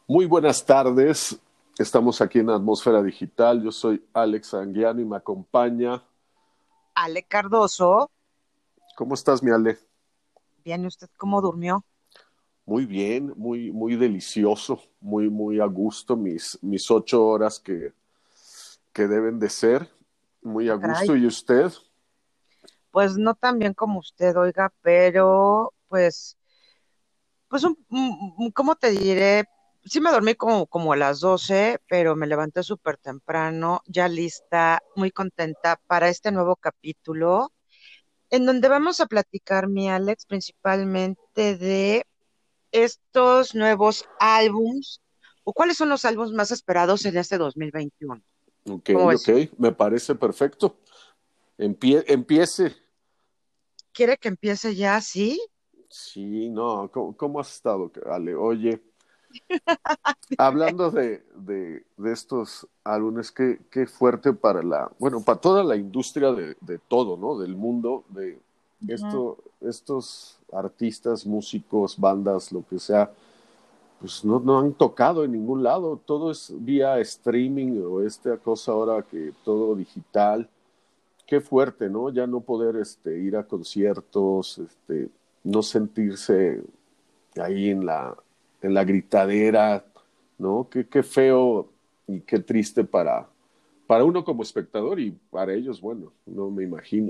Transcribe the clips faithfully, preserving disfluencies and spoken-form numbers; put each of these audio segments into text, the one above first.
Muy buenas tardes. Estamos aquí en Atmósfera Digital. Yo soy Alex Anguiano y me acompaña. Ale Cardoso, ¿Cómo estás, mi Ale? ¿viene usted cómo durmió? Muy bien, muy, muy delicioso, muy, muy a gusto. Mis, mis ocho horas que, que deben de ser, muy a Ah, caray. gusto. ¿Y usted? Pues no tan bien como usted, oiga, pero pues, pues, un, un- un- ¿cómo te diré? Sí me dormí como, como a las doce, pero me levanté súper temprano, ya lista, muy contenta para este nuevo capítulo, en donde vamos a platicar, mi Alex, principalmente de estos nuevos álbums, o cuáles son los álbumes más esperados en este dos mil veintiuno. Ok, ¿Cómo ok, ves? me parece perfecto. Empie- empiece. ¿Quiere que empiece ya así? Sí, no, ¿cómo, cómo has estado, Ale? Oye. Hablando de, de, de estos álbumes, qué, qué fuerte para la, bueno, para toda la industria de, de todo, ¿no? Del mundo, de Ujú. esto, estos artistas, músicos, bandas, lo que sea, pues no, no han tocado en ningún lado. Todo es vía streaming o esta cosa ahora que todo digital. Qué fuerte, ¿no? Ya no poder este, ir a conciertos, este, no sentirse ahí en la, en la gritadera, ¿no? Qué, qué feo y qué triste para, para uno como espectador y para ellos, bueno, no me imagino.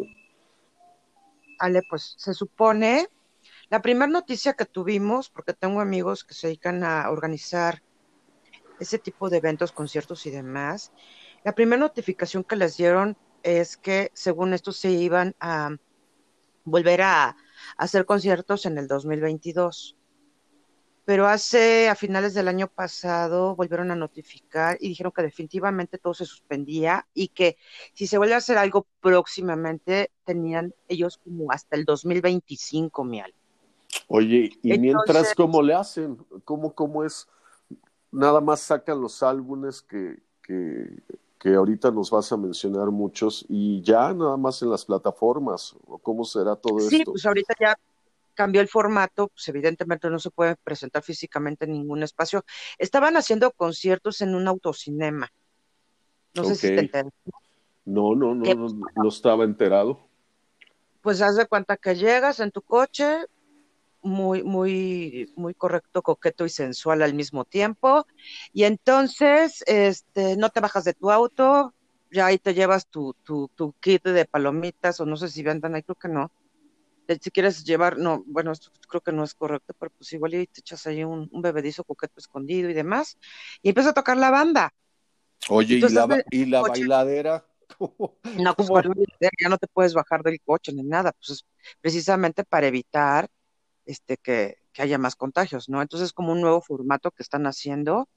Ale, pues se supone, la primera noticia que tuvimos, porque tengo amigos que se dedican a organizar ese tipo de eventos, conciertos y demás, la primera notificación que les dieron es que según esto se iban a volver a, a hacer conciertos en el dos mil veintidós. Pero hace, a finales del año pasado, volvieron a notificar y dijeron que definitivamente todo se suspendía y que si se vuelve a hacer algo próximamente, tenían ellos como hasta el dos mil veinticinco, mi alma. Oye, y mientras, Entonces, ¿cómo le hacen? ¿Cómo, cómo es? Nada más sacan los álbumes que, que, que ahorita nos vas a mencionar muchos y ya nada más en las plataformas, ¿o cómo será todo sí, esto? pues ahorita ya cambió el formato, pues evidentemente no se puede presentar físicamente en ningún espacio. Estaban haciendo conciertos en un autocinema, no sé Ok, si te enteras. no, no, no, Que, no, no estaba enterado. pues haz de cuenta que llegas en tu coche, muy, muy, muy correcto, coqueto y sensual al mismo tiempo. Y entonces, este, no te bajas de tu auto, ya ahí te llevas tu, tu, tu kit de palomitas, o no sé si vendan ahí, creo que no. Eh, Si quieres llevar, no, bueno, esto creo que no es correcto, pero pues igual y te echas ahí un, un bebedizo coqueto escondido y demás, y empieza a tocar la banda. Oye, Y tú ¿y la, estás en ba- el y la coche, bailadera? ¿Cómo, no, pues cuál cómo? ya no te puedes bajar del coche ni nada, pues es precisamente para evitar este, que, que haya más contagios, ¿no? Entonces, como un nuevo formato que están haciendo,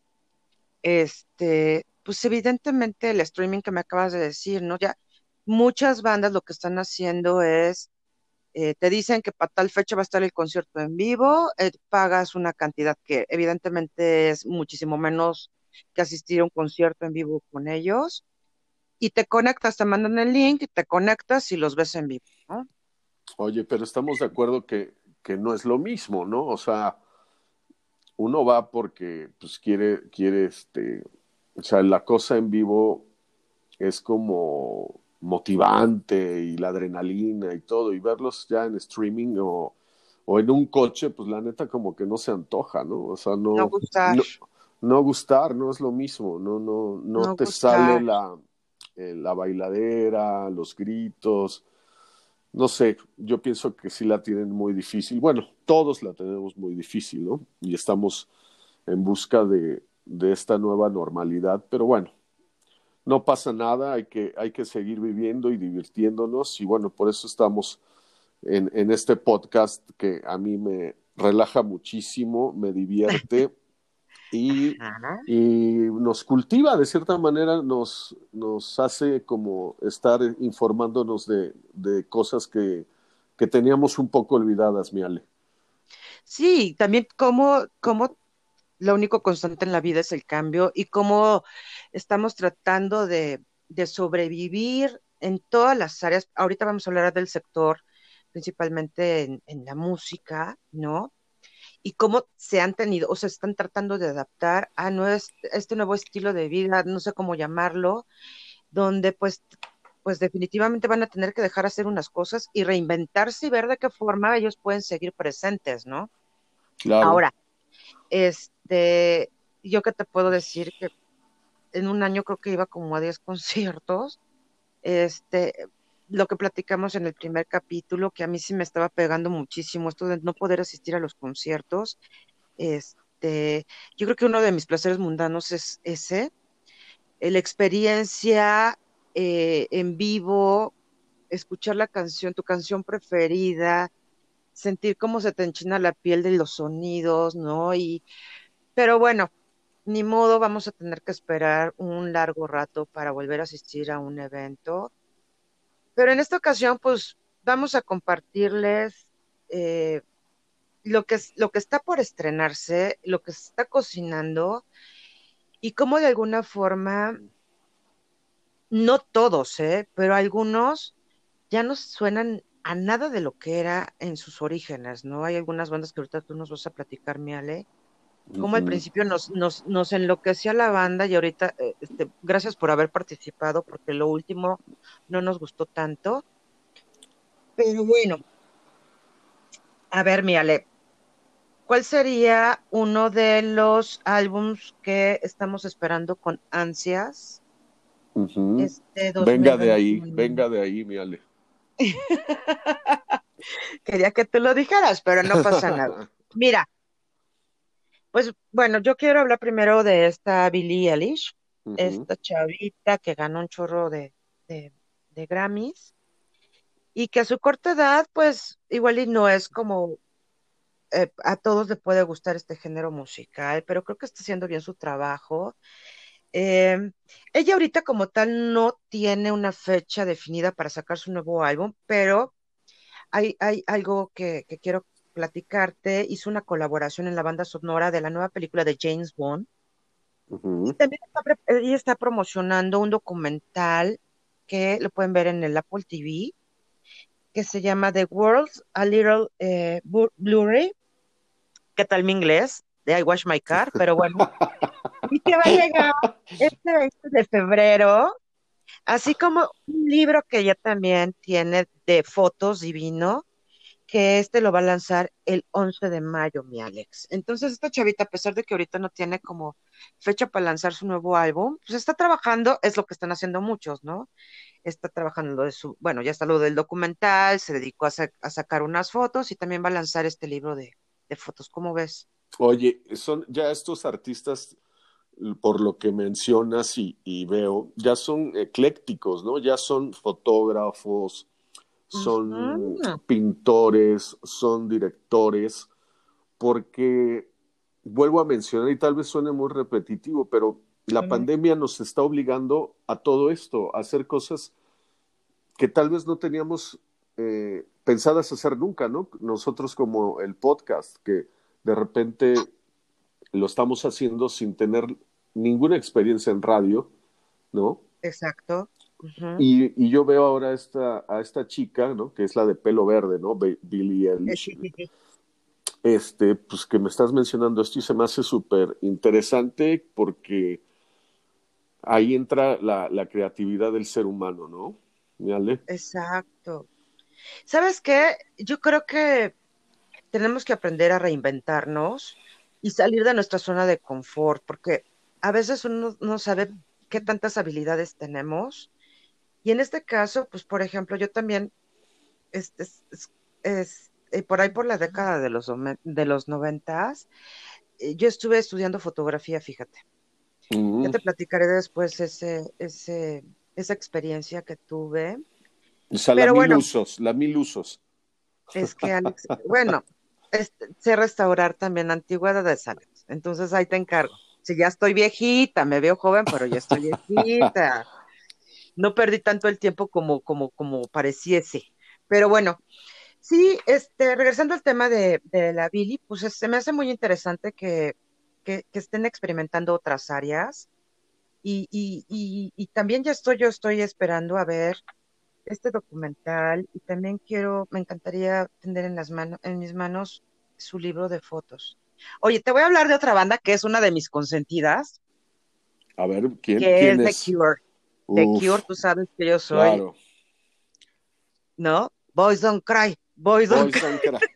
este, pues evidentemente el streaming que me acabas de decir, ¿no? Ya muchas bandas lo que están haciendo es, eh, te dicen que para tal fecha va a estar el concierto en vivo, eh, pagas una cantidad que evidentemente es muchísimo menos que asistir a un concierto en vivo con ellos, y te conectas, te mandan el link, te conectas y los ves en vivo, ¿no? Oye, pero estamos de acuerdo que, que no es lo mismo, ¿no? O sea, uno va porque pues quiere, quiere este, o sea, la cosa en vivo es como motivante y la adrenalina y todo, y verlos ya en streaming o, o en un coche, pues la neta como que no se antoja, ¿no? O sea, No no, gustar, no, no gustar, no es lo mismo, no, no, no no te sale gustar. la, eh, la bailadera, los gritos. No sé, yo pienso que sí la tienen muy difícil. Bueno, todos la tenemos muy difícil, ¿no? Y estamos en busca de, de esta nueva normalidad, pero bueno, no pasa nada, hay que, hay que seguir viviendo y divirtiéndonos y bueno, por eso estamos en, en este podcast que a mí me relaja muchísimo, me divierte y, Ajá. y nos cultiva, de cierta manera, nos, nos hace como estar informándonos de, de cosas que, que teníamos un poco olvidadas, mi Ale. Sí, también cómo, cómo lo único constante en la vida es el cambio y cómo estamos tratando de, de sobrevivir en todas las áreas. Ahorita vamos a hablar del sector, principalmente en, en la música, ¿no? y cómo se han tenido o se están tratando de adaptar a nues- este nuevo estilo de vida, no sé cómo llamarlo, donde pues, pues definitivamente van a tener que dejar hacer unas cosas y reinventarse y ver de qué forma ellos pueden seguir presentes, ¿no? Claro. Ahora, este, yo qué te puedo decir que en un año creo que iba como a diez conciertos, este, lo que platicamos en el primer capítulo, que a mí sí me estaba pegando muchísimo, esto de no poder asistir a los conciertos, este, yo creo que uno de mis placeres mundanos es ese, eh, la experiencia eh, en vivo, escuchar la canción, tu canción preferida, sentir cómo se te enchina la piel de los sonidos, ¿no? Y, pero bueno, ni modo, vamos a tener que esperar un largo rato para volver a asistir a un evento. Pero en esta ocasión, pues vamos a compartirles eh, lo que, es- lo que está por estrenarse, lo que se está cocinando y cómo de alguna forma, no todos, ¿eh? Pero algunos ya no suenan a nada de lo que era en sus orígenes, ¿no? Hay algunas bandas que ahorita tú nos vas a platicar, mi Ale, como al Ujú. principio nos, nos, nos enloquecía la banda y ahorita, eh, este, gracias por haber participado, porque lo último no nos gustó tanto. Pero bueno, a ver, mi Ale, ¿cuál sería uno de los álbums que estamos esperando con ansias Ujú. este Venga de ahí, dos mil veintiuno? venga de ahí, mi Ale. Quería que tú lo dijeras, pero no pasa nada. Mira, pues bueno, yo quiero hablar primero de esta Billie Eilish, Ujú. esta chavita que ganó un chorro de, de, de Grammys y que a su corta edad, pues igual y no es como eh, a todos le puede gustar este género musical, pero creo que está haciendo bien su trabajo. Eh, Ella ahorita como tal no tiene una fecha definida para sacar su nuevo álbum, pero hay, hay algo que, que quiero platicarte. Hizo una colaboración en la banda sonora de la nueva película de James Bond y Ujú. también está, pre- ella está promocionando un documental que lo pueden ver en el Apple T V, que se llama The World's A Little eh, Bu- Blurry. ¿Qué tal mi inglés? De I Wash My Car, pero bueno, y que va a llegar este veinte de febrero. Así como un libro que ella también tiene de fotos divino, que este lo va a lanzar el once de mayo, mi Alex. Entonces, esta chavita, a pesar de que ahorita no tiene como fecha para lanzar su nuevo álbum, pues está trabajando, es lo que están haciendo muchos, ¿no? Está trabajando lo de su, bueno, ya está lo del documental, se dedicó a, sa- a sacar unas fotos y también va a lanzar este libro de, de fotos. ¿Cómo ves? Oye, son ya estos artistas, por lo que mencionas y, y veo, ya son eclécticos, ¿no? Ya son fotógrafos, son Ujú. pintores, son directores, porque vuelvo a mencionar y tal vez suene muy repetitivo, pero la pandemia nos está obligando a todo esto, a hacer cosas que tal vez no teníamos eh, pensadas hacer nunca, ¿no? Nosotros como el podcast, que de repente lo estamos haciendo sin tener ninguna experiencia en radio, ¿no? Exacto. Ujú. Y, y yo veo ahora a esta, a esta chica, ¿no? Que es la de pelo verde, ¿no? Be- Billie Eh, Eilish. sí, sí, sí. Este, pues que me estás mencionando esto y se me hace súper interesante porque ahí entra la, la creatividad del ser humano, ¿no? ¿Vale? Exacto. ¿Sabes qué? Yo creo que tenemos que aprender a reinventarnos y salir de nuestra zona de confort, porque a veces uno no sabe qué tantas habilidades tenemos. Y en este caso, pues, por ejemplo, yo también, este, es, es- es, eh, por ahí por la década de los, ome- de los noventas, eh, yo estuve estudiando fotografía, fíjate. Ya Mm. te platicaré después ese, ese, esa experiencia que tuve. O sea, la Pero mil bueno, usos, la mil usos. es que Alex, bueno, este, sé restaurar también antigüedades, Alex. Entonces ahí te encargo. Si ya estoy viejita, me veo joven, pero ya estoy viejita. No perdí tanto el tiempo como, como, como pareciese. Pero bueno, sí, este, regresando al tema de, de la Billy, pues es- se me hace muy interesante que, que, que estén experimentando otras áreas. Y, y, y, y también ya estoy, yo estoy esperando a ver este documental y también quiero, me encantaría tener en las manos, en mis manos su libro de fotos. Oye, te voy a hablar de otra banda que es una de mis consentidas, A ver, ¿quién, que quién es The es? Cure. The Cure, Uf, tú sabes que yo soy, claro. ¿no? Boys Don't Cry, Boys Don't Boys Cry. Don't Cry.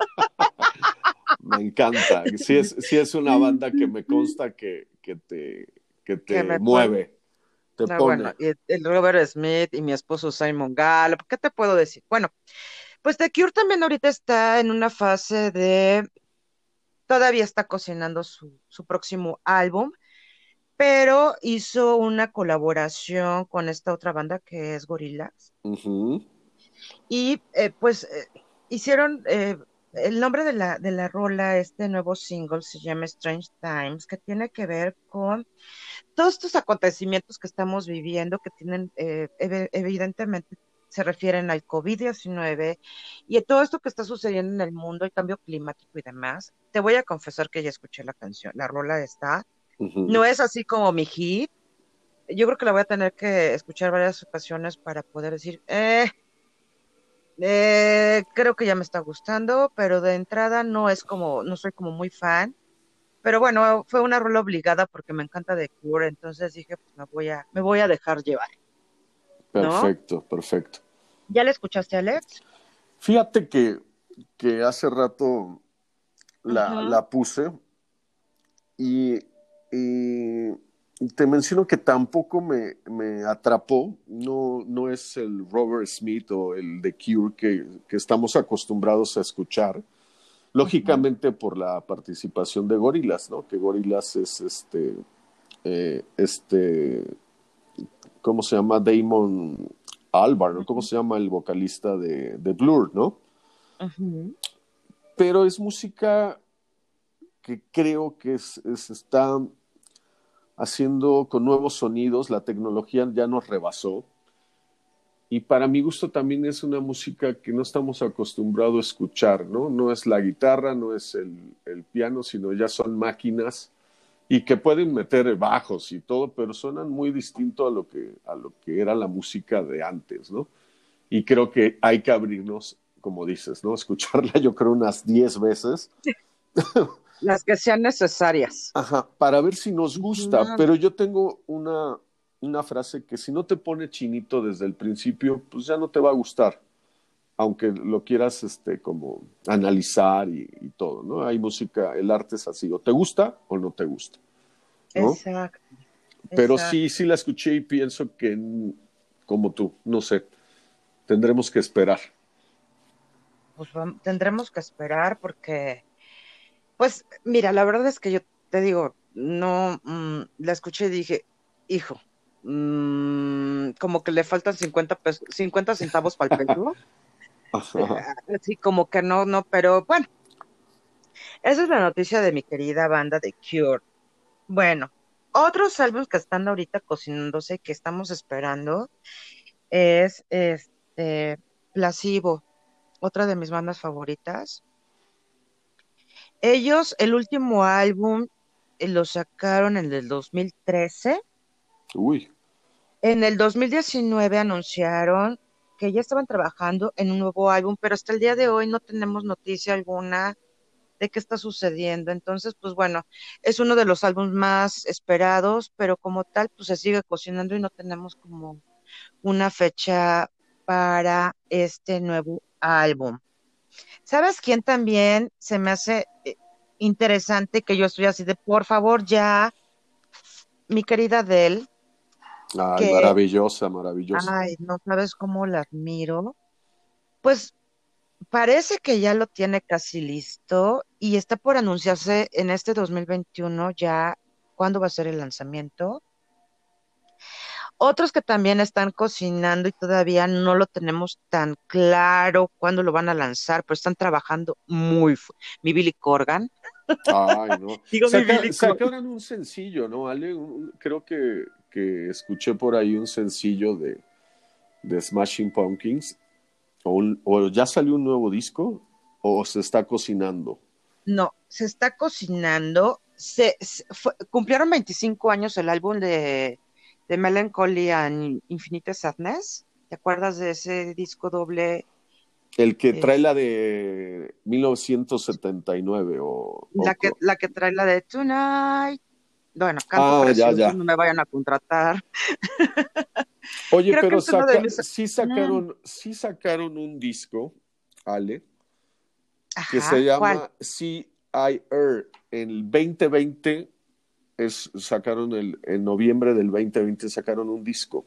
Me encanta. Sí es, sí es una banda que me consta que, que te, que Que te me pone, mueve, te no, bueno, pone. y el el Robert Smith y mi esposo Simon Gallup, ¿qué te puedo decir? Bueno, pues The Cure también ahorita está en una fase de, todavía está cocinando su, su próximo álbum, pero hizo una colaboración con esta otra banda que es Gorillaz. Ujú, Y eh, pues eh, hicieron, eh, el nombre de la, de la rola, este nuevo single se llama Strange Times, que tiene que ver con todos estos acontecimientos que estamos viviendo, que tienen, eh, ev- evidentemente, se refieren al COVID diecinueve y a todo esto que está sucediendo en el mundo, el cambio climático y demás. Te voy a confesar que ya escuché la canción, la rola está, ujú. no es así como mi hit. Yo creo que la voy a tener que escuchar varias ocasiones para poder decir, eh, eh, creo que ya me está gustando, pero de entrada no es como, no soy como muy fan. Pero bueno, fue una rola obligada porque me encanta The Cure, entonces dije, pues me voy a, me voy a dejar llevar, ¿no? Perfecto, perfecto. ¿Ya la escuchaste, Alex? Fíjate que, que hace rato la, Ujú. la puse y, y te menciono que tampoco me, me atrapó. No, no es el Robert Smith o el The Cure que, que estamos acostumbrados a escuchar. Ujú. Lógicamente por la participación de Gorillaz, ¿no? Que Gorillaz es este, eh, este, ¿cómo se llama? Damon Albarn, ¿no? ¿Cómo Ujú. se llama el vocalista de, de Blur, ¿no? Ujú. Pero es música que creo que es, es- está haciendo con nuevos sonidos, la tecnología ya nos rebasó. Y para mi gusto también es una música que no estamos acostumbrados a escuchar, ¿no? No es la guitarra, no es el, el piano, sino ya son máquinas y que pueden meter bajos y todo, pero suenan muy distinto a lo que, a lo que era la música de antes, ¿no? Y creo que hay que abrirnos, como dices, ¿no? Escucharla yo creo unas diez veces. Las que sean necesarias. Ajá, para ver si nos gusta, Ujú. pero yo tengo una, una frase que si no te pone chinito desde el principio, pues ya no te va a gustar, aunque lo quieras este, como analizar y, y todo, ¿no? Hay música, el arte es así, o te gusta o no te gusta, ¿no? Exacto, Pero exacto. sí, sí la escuché y pienso que, mm, como tú, no sé, tendremos que esperar. Pues vam- tendremos que esperar porque, pues mira, la verdad es que yo te digo, no, mm, la escuché y dije, hijo, mm, como que le faltan cincuenta pesos, cincuenta centavos para el peso. Eh, Ajá. Así como que no, no, pero bueno, esa es la noticia de mi querida banda de Cure. Bueno, otros álbumes que están ahorita cocinándose que estamos esperando es este Placebo, otra de mis bandas favoritas. Ellos, el último álbum eh, lo sacaron en el dos mil trece. Uy, En el dos mil diecinueve anunciaron que ya estaban trabajando en un nuevo álbum, pero hasta el día de hoy no tenemos noticia alguna de qué está sucediendo. Entonces, pues bueno, es uno de los álbumes más esperados, pero como tal, pues se sigue cocinando y no tenemos como una fecha para este nuevo álbum. ¿Sabes quién también se me hace eh, interesante que yo estoy así de, por favor, ya, mi querida Adele, ay, que, maravillosa, maravillosa. ay, no sabes cómo la admiro? Pues parece que ya lo tiene casi listo y está por anunciarse en este dos mil veintiuno ya cuándo va a ser el lanzamiento. Otros que también están cocinando y todavía no lo tenemos tan claro cuándo lo van a lanzar, pero están trabajando muy fu- Mi Billy Corgan, Ay, no. digo mi Saca, Billy Corgan. sacaron un sencillo, ¿no, Ale? Un- creo que, que escuché por ahí un sencillo de, de Smashing Pumpkins. O, un- o ya salió un nuevo disco o se está cocinando. No, se está cocinando. Se, se- fue- cumplieron veinticinco años el álbum de, de Melancholy and Infinite Sadness. ¿Te acuerdas de ese disco doble El que trae Es la de mil novecientos setenta y nueve o, la que, o... la que trae la de Tonight. Bueno, canto Ah, ya, precioso, ya. no me vayan a contratar. Oye, Creo que pero es uno de saca, mis... sí Mm, sacaron, sí sacaron un disco, Ale, que se ajá, ¿cuál? llama C I R. En el veinte veinte es, sacaron el, en noviembre del veinte veinte sacaron un disco,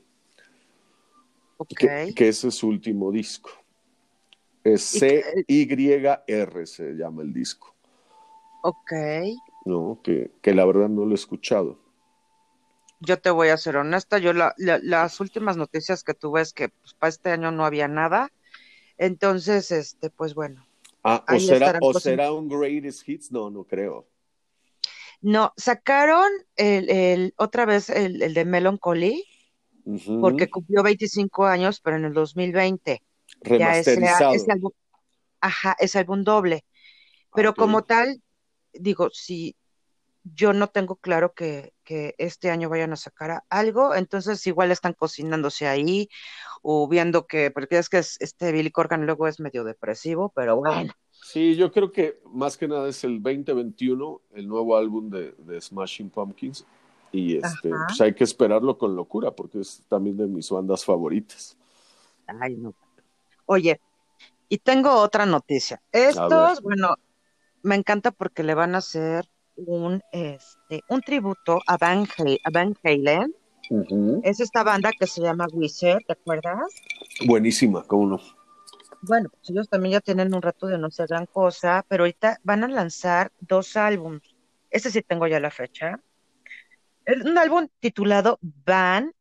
Ok. que, que ese es su último disco. Es Y, que- C Y R se llama el disco, ok. ¿no? Que, que la verdad no lo he escuchado. Yo te voy a ser honesta, yo la- la- las últimas noticias que tuve es que pues, para este año no había nada. Entonces, este, pues bueno, Ah, o ahí será, estarán o cosas. será un Greatest Hits, no, no creo. No, sacaron el, el, otra vez el, el de Melancholy, Ujú. porque cumplió veinticinco años, pero en el dos mil veinte. Ya ese, ese Remasterizado. álbum, ajá, ese álbum doble. Ah, Pero ok. como tal, digo, si yo no tengo claro que, que este año vayan a sacar a- algo, entonces igual están cocinándose ahí o viendo que, porque es que es- este Billy Corgan luego es medio depresivo, pero bueno, Sí, yo creo que más que nada es el veinte veintiuno, el nuevo álbum de, de Smashing Pumpkins. Y este, ajá, pues hay que esperarlo con locura, porque es también de mis bandas favoritas. ay no. Oye, y tengo otra noticia. A ver. Estos, bueno, me encanta porque le van a hacer un, este, un tributo a Van, Halen, a Van Halen. Ujú. Es esta banda que se llama Weezer, ¿te acuerdas? Buenísima, cómo no. Bueno, pues ellos también ya tienen un rato de no hacer gran cosa, pero ahorita van a lanzar dos álbumes. Este sí tengo ya la fecha. Es un álbum titulado Van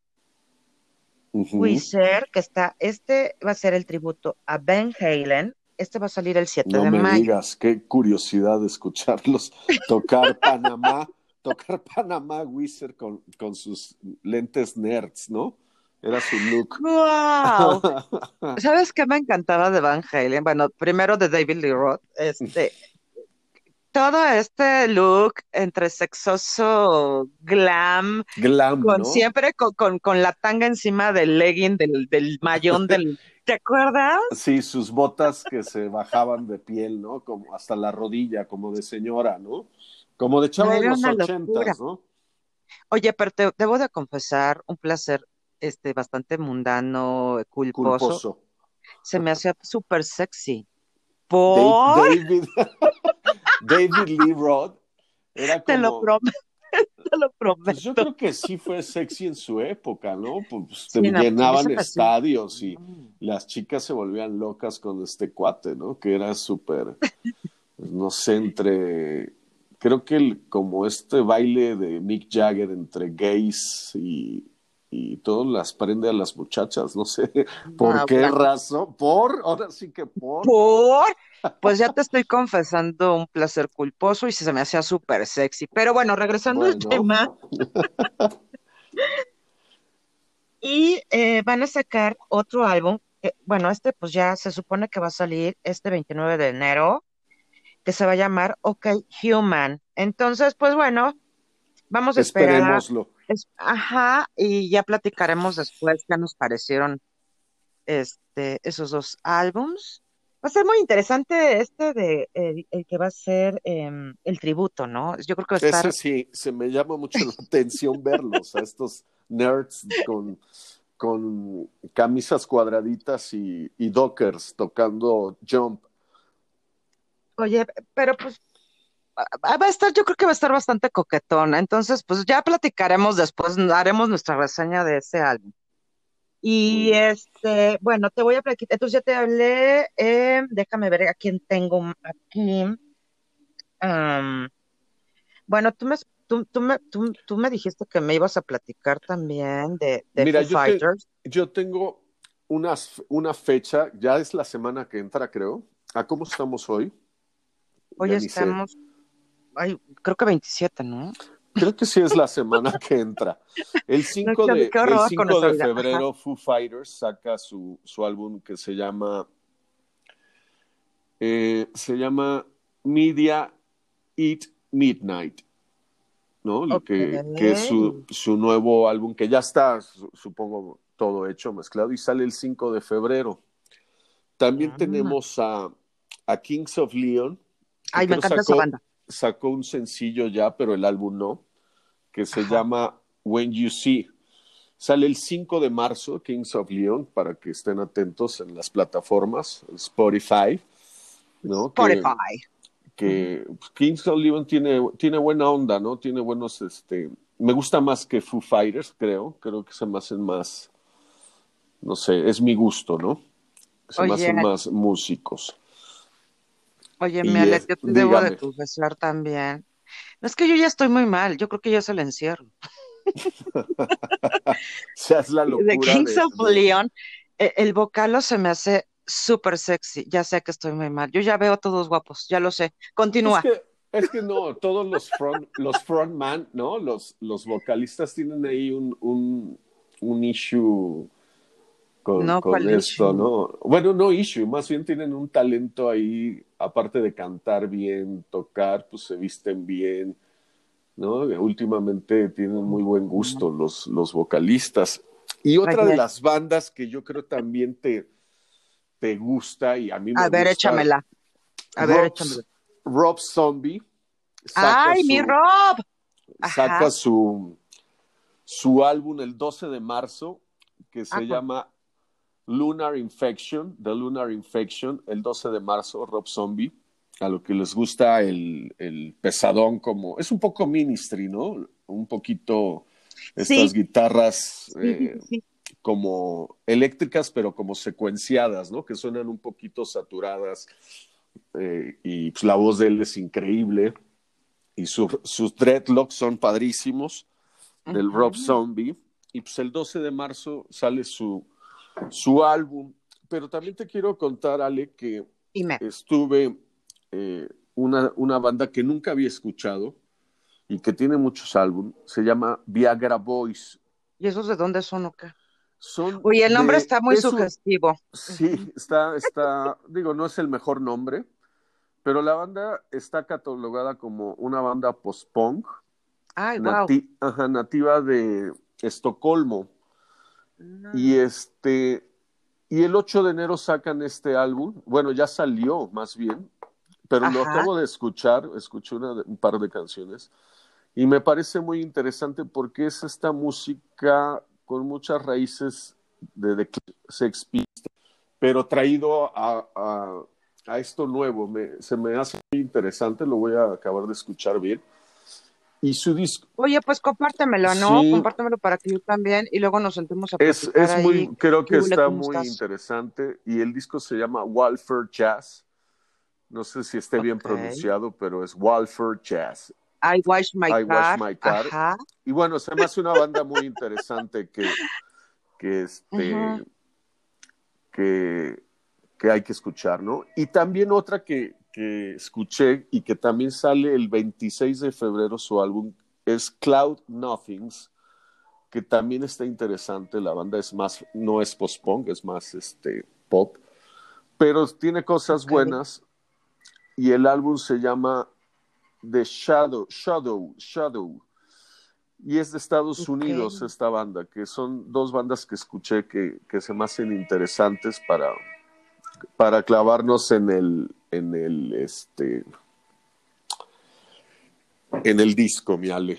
Ujú. Weezer, que está, este va a ser el tributo a Van Halen. Este va a salir el siete No de me mayo. digas, qué curiosidad de escucharlos tocar Panamá, tocar Panamá Wizard con, con sus lentes nerds, ¿no? Era su look. ¡Wow! ¿Sabes qué me encantaba de Van Halen? Bueno, primero de David Lee Roth, este, todo este look entre sexoso, glam, Glam, con ¿no? siempre con, con, con la tanga encima del legging, del, del mayón del, ¿te acuerdas? Sí, sus botas que se bajaban de piel, ¿no? Como hasta la rodilla, como de señora, ¿no? Como de No, chava de era los una locura. ochentas, ¿no? Oye, pero te debo de confesar, un placer este bastante mundano, culposo, Culposo. se me hacía súper sexy. Dave- ¿Por? David, David Lee Roth era Te lo como, prometo, te lo pues yo prometo. creo que sí fue sexy en su época, ¿no? Pues te Sí, no, pues a mí se llenaban me hacía. estadios y Mm. las chicas se volvían locas con este cuate, ¿no? Que era súper, pues, no sé, entre, creo que el, como este baile de Mick Jagger entre gays y, y todo las prende a las muchachas, no sé por No, qué la- razón, por, ahora sí que por, ¿por? Pues ya te estoy confesando un placer culposo y se me hacía súper sexy. Pero bueno, regresando al bueno, tema, y eh, van a sacar otro álbum. Que, bueno, este pues ya se supone que va a salir este veintinueve de enero, que se va a llamar OK Human. Entonces, pues bueno, vamos a esperar a... esperémoslo. es- ajá, y ya platicaremos después qué nos parecieron este, esos dos álbums. Va a ser muy interesante este de el, el que va a ser em, el tributo, ¿no? Yo creo que va a Ese estar, sí, se me llama mucho la atención verlos, a estos nerds con, con camisas cuadraditas y, y dockers tocando jump. oye, pero pues va va a estar, yo creo que va a estar bastante coquetona. Entonces, pues ya platicaremos después, haremos nuestra reseña de ese álbum. Muy Y bien. este, bueno, te voy a platicar. Entonces ya te hablé, em, déjame ver a quién tengo aquí. Am, bueno, tú me, tú, tú me, tú, tú me dijiste que me ibas a platicar también de, de Mira, Foo yo, te, Fighters. yo tengo unas, una fecha, ya es la semana que entra, creo. ¿A cómo estamos hoy? Hoy Ya ni sé. estamos, ay, creo que veintisiete, ¿no? Creo que sí es la semana que entra. El No, cinco qué, de, qué el horror con cinco nuestra de vida. Ajá. febrero, Foo Fighters saca su, su álbum que se llama, eh, se llama Media Eat Midnight, ¿no? Lo Ok. que, que es su, su nuevo álbum, que ya está, su- supongo, todo hecho, mezclado, y sale el cinco de febrero. También Mm. tenemos a, a Kings of Leon, que Ay, me creo encanta esa sacó, banda. sacó un sencillo ya, pero el álbum no, que se Ajá. llama When You See. Sale el cinco de marzo, Kings of Leon, para que estén atentos en las plataformas, Spotify, ¿no? Que, Spotify. Ujú. que Kings of Leon tiene, tiene buena onda, ¿no? Tiene buenos, este, me gusta más que Foo Fighters, creo, creo que se me hacen más, no sé, es mi gusto, ¿no? Se me Oye, hacen más músicos. oye, mi Y Ale, es, yo te debo de dígame, confesar también. No, es que yo ya estoy muy mal, yo creo que ya es el encierro. se hace la De locura Kings de, of de, Leon, e- el vocalo se me hace súper sexy. Ya sé que estoy muy mal. Yo ya veo a todos guapos, ya lo sé. es Continúa. que, es que no, todos los front, los frontman, ¿no? Los, los vocalistas tienen ahí un, un, un issue con, No, con ¿cuál esto, issue? ¿no? Bueno, no issue, más bien tienen un talento ahí, aparte de cantar bien, tocar, pues se visten bien, ¿no? Últimamente tienen muy buen Mm. gusto los, los vocalistas. Y otra de Oye, las bandas que yo creo también te, te gusta y a mí me a ver, gusta, échamela. A ver, Rob, échamela. Rob Zombie saca ¡Ay, mi su, Rob! saca Ajá. su, su álbum el doce de marzo que Ah, se pues, llama Lunar Infection, The Lunar Infection, el doce de marzo, Rob Zombie, a lo que les gusta el, el pesadón como, es un poco Ministry, ¿no? Un poquito estas sí, guitarras sí, sí, eh, sí, sí. como eléctricas, pero como secuenciadas, ¿no? Que suenan un poquito saturadas eh, y pues, la voz de él es increíble y su, sus dreadlocks son padrísimos del Rob Ujú. Zombie y pues el doce de marzo sale su, su álbum, pero también te quiero contar, Ale, que Dime. estuve eh, una, una banda que nunca había escuchado y que tiene muchos álbumes, se llama Viagra Boys. ¿Y esos de dónde son o qué? Son Oye, el nombre de, está muy es un, sugestivo. sí, Ujú. está, está, digo, no es el mejor nombre, pero la banda está catalogada como una banda post-punk Ay, wow. nati ajá, nativa de Estocolmo. Y este, y el ocho de enero sacan este álbum, bueno, ya salió más bien, pero lo Ajá. acabo de escuchar, escuché una, un par de canciones, y me parece muy interesante porque es esta música con muchas raíces de, de Sex Pistols, pero traído a, a, a esto nuevo. Me, se me hace muy interesante, lo voy a acabar de escuchar bien. Y su disco, Oye, pues compártemelo, ¿no? sí, Compártemelo para que yo también y luego nos sentemos a es, platicar es ahí. muy, creo ¿Qué que huele? está ¿Cómo muy estás? interesante y el disco se llama Walford Jazz. No sé si esté bien Ok. pronunciado, pero es Walford Jazz. I wash my I Wash car. My Car. Ajá. Y bueno, se me hace una banda muy interesante que, que, Ujú. este, que, que hay que escuchar, ¿no? Y también otra que, que escuché y que también sale el veintiséis de febrero su álbum es Cloud Nothings, que también está interesante. La banda es más, no es post-punk, es más este, pop, pero tiene cosas Ok, buenas y el álbum se llama The Shadow, Shadow, Shadow. Y es de Estados ok. Unidos esta banda, que son dos bandas que escuché que, que se me hacen interesantes para, para clavarnos en el, en el, este, en el disco, mi Ale.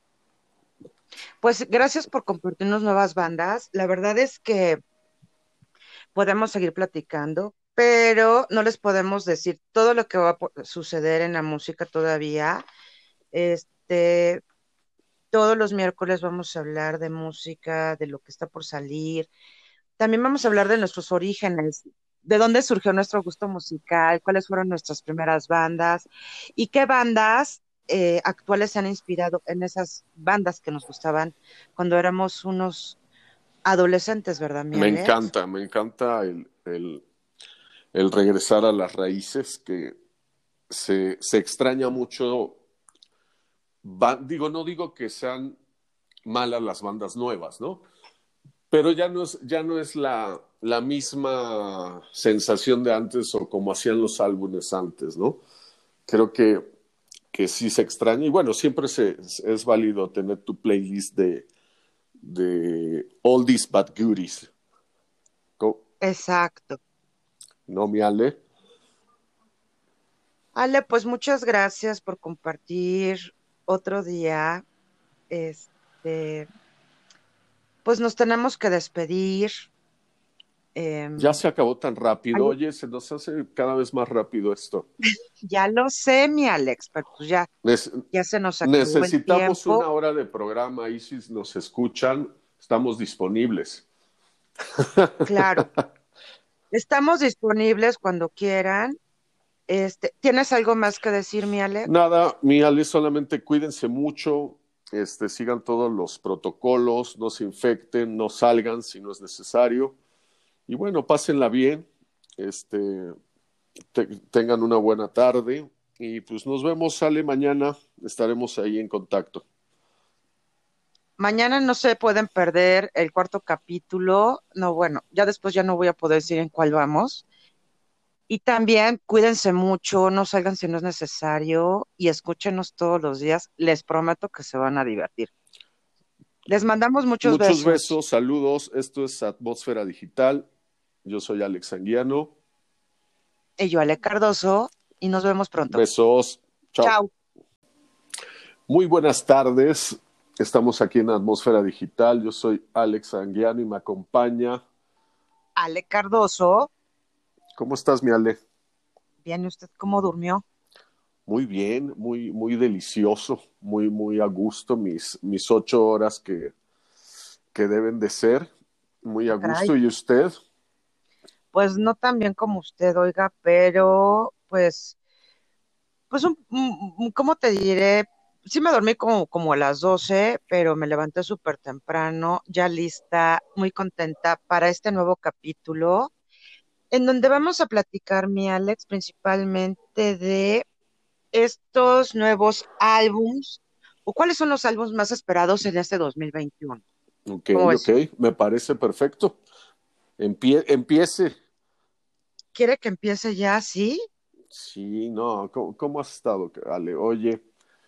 Pues gracias por compartirnos nuevas bandas. La verdad es que podemos seguir platicando, pero no les podemos decir todo lo que va a po- suceder en la música todavía. Este, todos los miércoles vamos a hablar de música, de lo que está por salir. También vamos a hablar de nuestros orígenes, de dónde surgió nuestro gusto musical, cuáles fueron nuestras primeras bandas y qué bandas eh, actuales se han inspirado en esas bandas que nos gustaban cuando éramos unos adolescentes, ¿verdad, mi Me Alex? encanta, me encanta el, el, el regresar a las raíces, que se, se extraña mucho. Va, digo, no digo que sean malas las bandas nuevas, ¿no? Pero ya no es, ya no es la, la misma sensación de antes o como hacían los álbumes antes, ¿no? Creo que, que sí se extraña. Y bueno, siempre se, es válido tener tu playlist de, de Oldies But Goodies. Co- Exacto. ¿no, mi Ale? Ale, pues muchas gracias por compartir otro día. Este, pues nos tenemos que despedir. Ya Em, se acabó tan rápido, Ale, oye, se nos hace cada vez más rápido esto. ya lo sé, mi Alex, pero pues ya, Nece- ya se nos acabó el necesitamos una tiempo. hora de programa y si nos escuchan, estamos disponibles. Claro, estamos disponibles cuando quieran. Este, ¿tienes algo más que decir, mi Alex? Nada, mi Ale, solamente cuídense mucho, este, sigan todos los protocolos, no se infecten, no salgan si no es necesario. Y bueno, pásenla bien, este, te- tengan una buena tarde y pues nos vemos, sale mañana, estaremos ahí en contacto. Mañana no se pueden perder el cuarto capítulo. No, bueno, ya después ya no voy a poder decir en cuál vamos. Y también cuídense mucho, no salgan si no es necesario y escúchenos todos los días. Les prometo que se van a divertir. Les mandamos muchos Muchos besos. besos, saludos, esto es Atmósfera Digital, yo soy Alex Anguiano, Y yo, Ale Cardoso, y nos vemos pronto. besos, chao. Chao. Muy buenas tardes, estamos aquí en Atmósfera Digital, yo soy Alex Anguiano y me acompaña. Ale Cardoso, ¿Cómo estás, mi Ale? ¿viene usted cómo durmió? Muy bien, muy, muy delicioso, muy, muy a gusto, mis, mis ocho horas que, que deben de ser, muy a Ah, caray. gusto. ¿Y usted? Pues no tan bien como usted, oiga, pero pues, pues, un, un- un- ¿cómo te diré? Sí me dormí como, como a las doce, pero me levanté súper temprano, ya lista, muy contenta para este nuevo capítulo, en donde vamos a platicar, mi Alex, principalmente de estos nuevos álbums, o cuáles son los álbumes más esperados en este dos mil veintiuno. Ok, ¿Cómo ok, ves? me parece perfecto. Empie- empiece. ¿Quiere que empiece ya? ¿Sí? Sí, no, ¿cómo, cómo has estado, Ale? Oye,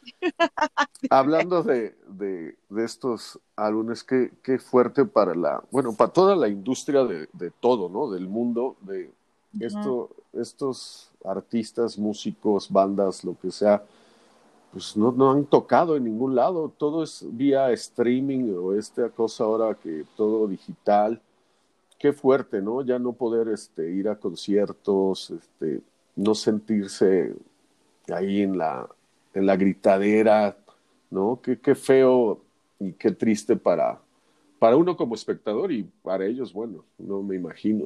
hablando de, de, de estos álbumes, qué, qué fuerte para la, bueno, para toda la industria de, de todo, ¿no? Del mundo, de Ujú. esto, estos artistas, músicos, bandas, lo que sea, pues no, no han tocado en ningún lado, todo es vía streaming o esta cosa ahora que todo digital. Qué fuerte, ¿no? Ya no poder este, ir a conciertos, este, no sentirse ahí en la, en la gritadera, ¿no? Qué, qué feo y qué triste para, para uno como espectador y para ellos, bueno, no me imagino.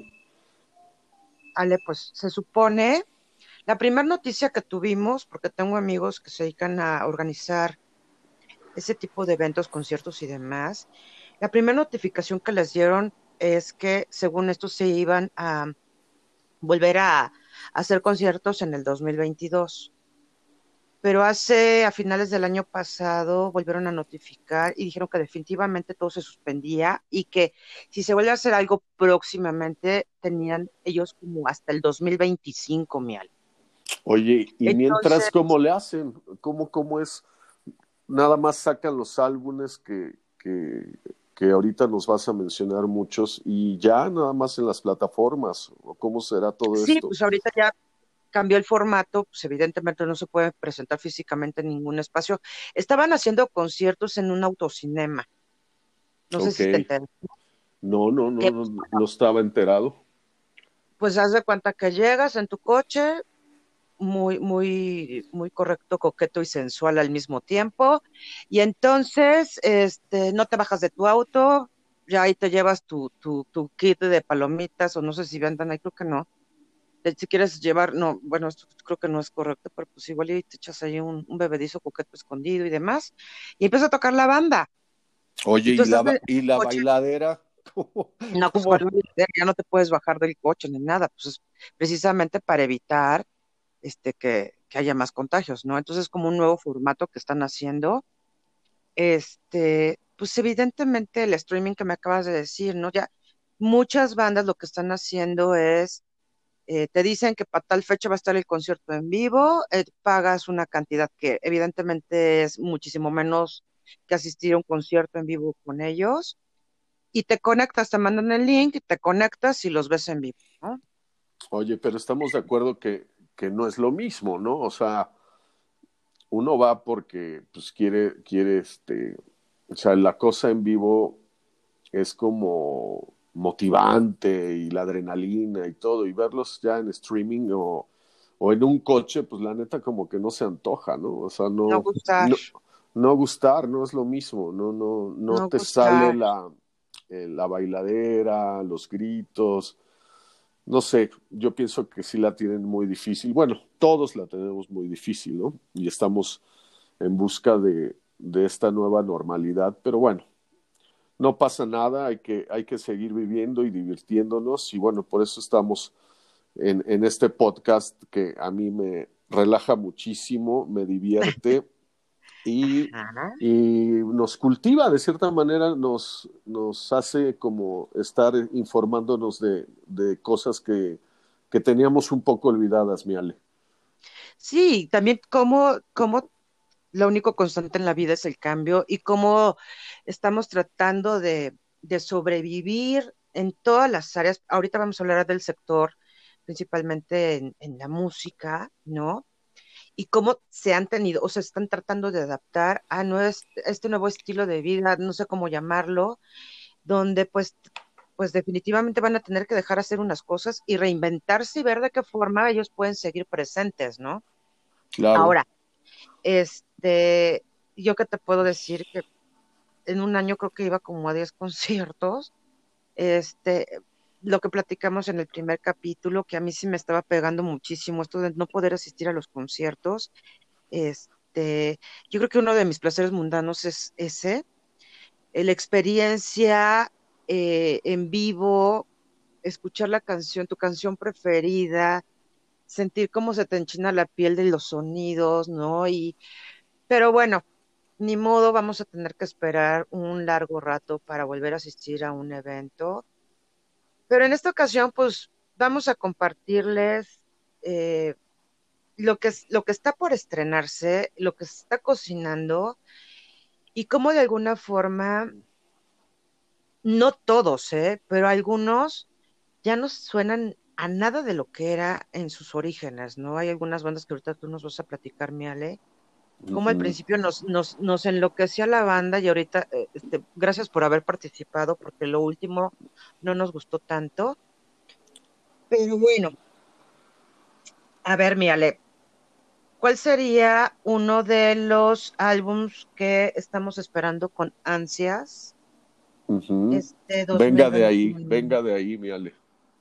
Ale, pues se supone, la primera noticia que tuvimos, porque tengo amigos que se dedican a organizar ese tipo de eventos, conciertos y demás, la primera notificación que les dieron es que según esto se iban a volver a, a hacer conciertos en el dos mil veintidós. Pero hace, a finales del año pasado, volvieron a notificar y dijeron que definitivamente todo se suspendía y que si se vuelve a hacer algo próximamente, tenían ellos como hasta el dos mil veinticinco, mi alma. Oye, y mientras, Entonces, ¿cómo le hacen? ¿Cómo, cómo es? Nada más sacan los álbumes que, que, que ahorita nos vas a mencionar muchos y ya nada más en las plataformas, ¿o cómo será todo sí, esto? pues ahorita ya cambió el formato, pues evidentemente no se puede presentar físicamente en ningún espacio. Estaban haciendo conciertos en un autocinema, no sé Ok, si te enteras. no, no, no, Que, no, no estaba enterado. pues haz de cuenta que llegas en tu coche, muy, muy, muy correcto, coqueto y sensual al mismo tiempo. Y entonces, este, no te bajas de tu auto, ya ahí te llevas tu, tu, tu kit de palomitas, o no sé si vendan ahí, creo que no. Eh, Si quieres llevar, no, bueno, esto creo que no es correcto, pero pues igual y te echas ahí un, un bebedizo coqueto escondido y demás, y empieza a tocar la banda. Oye, Y tú ¿y estás la, en ba- el y la coche, bailadera? ¿Cómo, no, pues cuál cómo? ya no te puedes bajar del coche ni nada, pues es precisamente para evitar este, que, que haya más contagios, ¿no? Entonces, es como un nuevo formato que están haciendo. Este, pues evidentemente el streaming que me acabas de decir, ¿no? Ya muchas bandas lo que están haciendo es, eh, te dicen que para tal fecha va a estar el concierto en vivo, eh, pagas una cantidad que evidentemente es muchísimo menos que asistir a un concierto en vivo con ellos, y te conectas, te mandan el link, te conectas y los ves en vivo, ¿no? Oye, pero estamos de acuerdo que, que no es lo mismo, ¿no? O sea, uno va porque pues quiere, quiere este, o sea, la cosa en vivo es como motivante y la adrenalina y todo, y verlos ya en streaming o, o en un coche, pues la neta como que no se antoja, ¿no? O sea, No no, gustar, no, no gustar, no es lo mismo, no, no, no no te sale gustar. la, eh, la bailadera, los gritos, no sé, yo pienso que sí la tienen muy difícil. Bueno, todos la tenemos muy difícil, ¿no? Y estamos en busca de, de esta nueva normalidad, pero bueno, no pasa nada, hay que, hay que seguir viviendo y divirtiéndonos y bueno, por eso estamos en, en este podcast que a mí me relaja muchísimo, me divierte y, Ajá. y nos cultiva de cierta manera, nos, nos hace como estar informándonos de, de cosas que, que teníamos un poco olvidadas, mi Ale. Sí, también cómo, cómo lo único constante en la vida es el cambio y cómo estamos tratando de, de sobrevivir en todas las áreas. Ahorita vamos a hablar del sector, principalmente en, en la música, ¿no? Y cómo se han tenido, o se están tratando de adaptar a nues- este nuevo estilo de vida, no sé cómo llamarlo, donde pues, pues definitivamente van a tener que dejar hacer unas cosas y reinventarse y ver de qué forma ellos pueden seguir presentes, ¿no? Claro. Ahora, este, yo que te puedo decir que en un año creo que iba como a diez conciertos, este, lo que platicamos en el primer capítulo, que a mí sí me estaba pegando muchísimo, esto de no poder asistir a los conciertos, este, yo creo que uno de mis placeres mundanos es ese, eh, la experiencia eh, en vivo, escuchar la canción, tu canción preferida, sentir cómo se te enchina la piel de los sonidos, ¿no? Y, pero bueno, ni modo, vamos a tener que esperar un largo rato para volver a asistir a un evento. Pero en esta ocasión, pues vamos a compartirles eh, lo que, es, lo que está por estrenarse, lo que se está cocinando y cómo de alguna forma, no todos, ¿eh? Pero algunos ya no suenan a nada de lo que era en sus orígenes, ¿no? Hay algunas bandas que ahorita tú nos vas a platicar, mi Ale, como al Ujú. principio nos, nos, nos enloquecía la banda y ahorita, eh, este, gracias por haber participado, porque lo último no nos gustó tanto. Pero bueno, a ver, mi Ale, ¿cuál sería uno de los álbums que estamos esperando con ansias Ujú. este Venga de ahí, dos mil veintiuno? venga de ahí, mi Ale.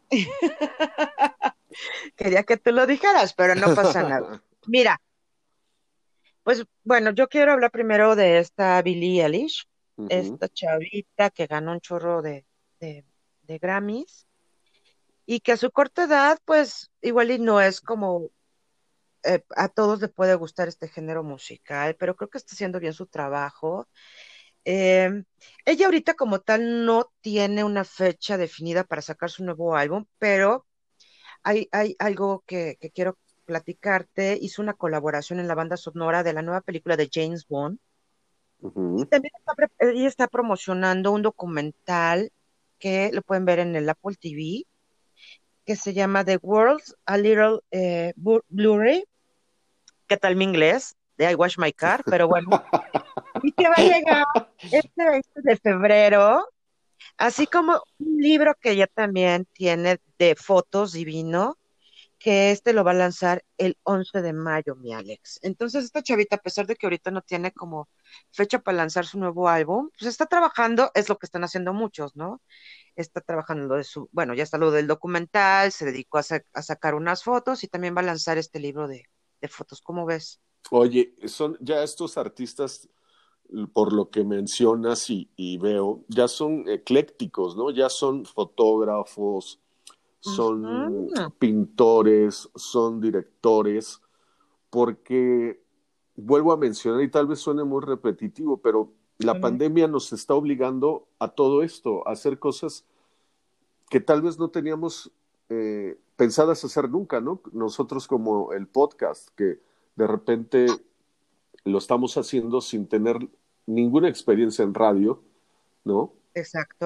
Quería que tú lo dijeras, pero no pasa nada. Mira, pues bueno, yo quiero hablar primero de esta Billie Eilish, Ujú. esta chavita que ganó un chorro de, de, de Grammys y que a su corta edad, pues igual y no es como eh, a todos le puede gustar este género musical, pero creo que está haciendo bien su trabajo. Eh, Ella ahorita como tal no tiene una fecha definida para sacar su nuevo álbum, pero hay, hay algo que, que quiero platicarte. Hizo una colaboración en la banda sonora de la nueva película de James Bond. Y Ujú. también está, pre- ella está promocionando un documental que lo pueden ver en el Apple T V, que se llama The World's A Little eh, Bu- Blu-ray. ¿Qué tal mi inglés? De I Wash My Car, pero bueno. Y que va a llegar este veinte de febrero, así como un libro que ella también tiene de fotos divino, que este lo va a lanzar el once de mayo, mi Alex. Entonces, esta chavita, a pesar de que ahorita no tiene como fecha para lanzar su nuevo álbum, pues está trabajando, es lo que están haciendo muchos, ¿no? Está trabajando lo de su, bueno, ya está lo del documental, se dedicó a, sa- a sacar unas fotos y también va a lanzar este libro de, de fotos. ¿Cómo ves? Oye, son ya estos artistas, por lo que mencionas y, y veo, ya son eclécticos, ¿no? Ya son fotógrafos, son Ujú. pintores, son directores, porque vuelvo a mencionar, y tal vez suene muy repetitivo, pero la Suena- pandemia nos está obligando a todo esto, a hacer cosas que tal vez no teníamos eh, pensadas hacer nunca, ¿no? Nosotros como el podcast, que de repente lo estamos haciendo sin tener ninguna experiencia en radio, ¿no? Exacto.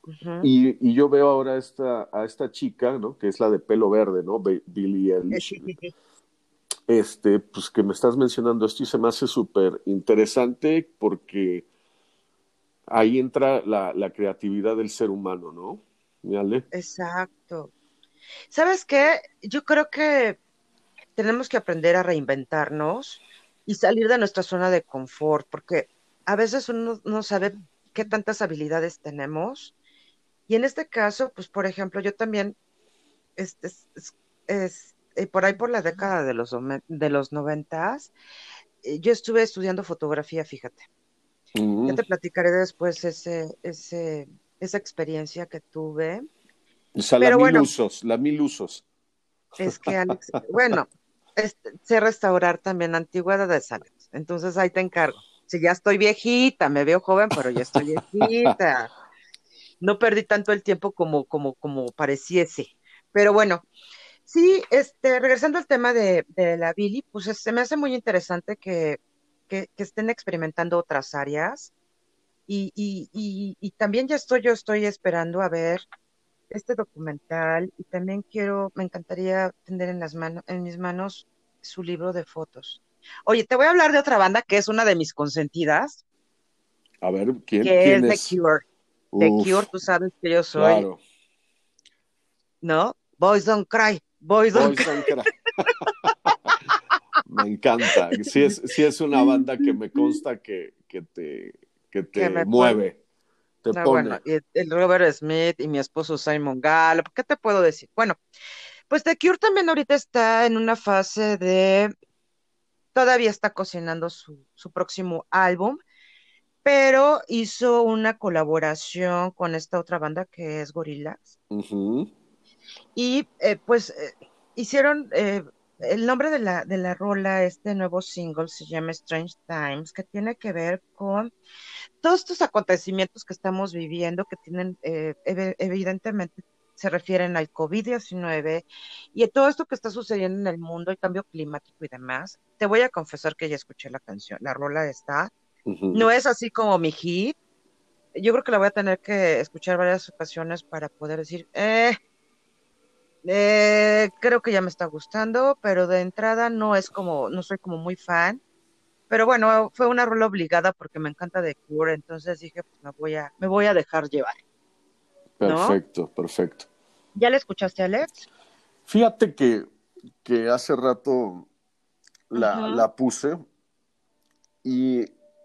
Ujú. Y, y yo veo ahora a esta, a esta chica, ¿no? Que es la de pelo verde, ¿no? Be- Billie Eh, Eilish. sí, sí, sí. Este, pues que me estás mencionando esto y se me hace súper interesante porque ahí entra la, la creatividad del ser humano, ¿no? ¿Vale? Exacto. ¿Sabes qué? Yo creo que tenemos que aprender a reinventarnos y salir de nuestra zona de confort, porque a veces uno no sabe qué tantas habilidades tenemos. Y en este caso, pues, por ejemplo, yo también, este, es, es- es, eh, por ahí por la década de los, nove- de los noventas, eh, yo estuve estudiando fotografía, fíjate. Ya Mm. te platicaré después ese, ese, esa experiencia que tuve. O sea, la Pero mil bueno, usos, la mil usos. es que Alex, bueno, este, sé restaurar también antigüedades, Alex. Entonces ahí te encargo. Si ya estoy viejita, me veo joven, pero ya estoy viejita. No perdí tanto el tiempo como, como, como pareciese. Pero bueno, sí, este, regresando al tema de, de la Billy, pues es- se me hace muy interesante que, que, que estén experimentando otras áreas. Y, y, y, y también ya estoy, yo estoy esperando a ver este documental y también quiero, me encantaría tener en las manos, en mis manos su libro de fotos. Oye, te voy a hablar de otra banda que es una de mis consentidas, A ver, ¿quién, que quién es The es? Cure. The Cure, Uf, tú sabes que yo soy, claro. ¿no? Boys Don't Cry, Boys Don't Boys Cry. Don't Cry. Me encanta. Sí es, sí es una banda que me consta que, que te, que Que te me pone, mueve, te no, bueno, pone. y el Robert Smith y mi esposo Simon Gallup, ¿qué te puedo decir? Bueno, pues The Cure también ahorita está en una fase de, todavía está cocinando su, su próximo álbum, pero hizo una colaboración con esta otra banda que es Gorillaz. Ujú. Y eh, pues eh, hicieron, eh, el nombre de la, de la rola, este nuevo single se llama Strange Times, que tiene que ver con todos estos acontecimientos que estamos viviendo, que tienen, eh, ev- evidentemente, se refieren al COVID diecinueve y a todo esto que está sucediendo en el mundo, el cambio climático y demás. Te voy a confesar que ya escuché la canción, la rola está. Ujú. No es así como mi hit. Yo creo que la voy a tener que escuchar varias ocasiones para poder decir, eh, eh, creo que ya me está gustando, pero de entrada no es como, no soy como muy fan. Pero bueno, fue una rola obligada porque me encanta The Cure, entonces dije, pues me voy a, me voy a dejar llevar, ¿no? Perfecto, perfecto. ¿Ya la escuchaste, Alex? Fíjate que, que hace rato la, Ujú. la puse y,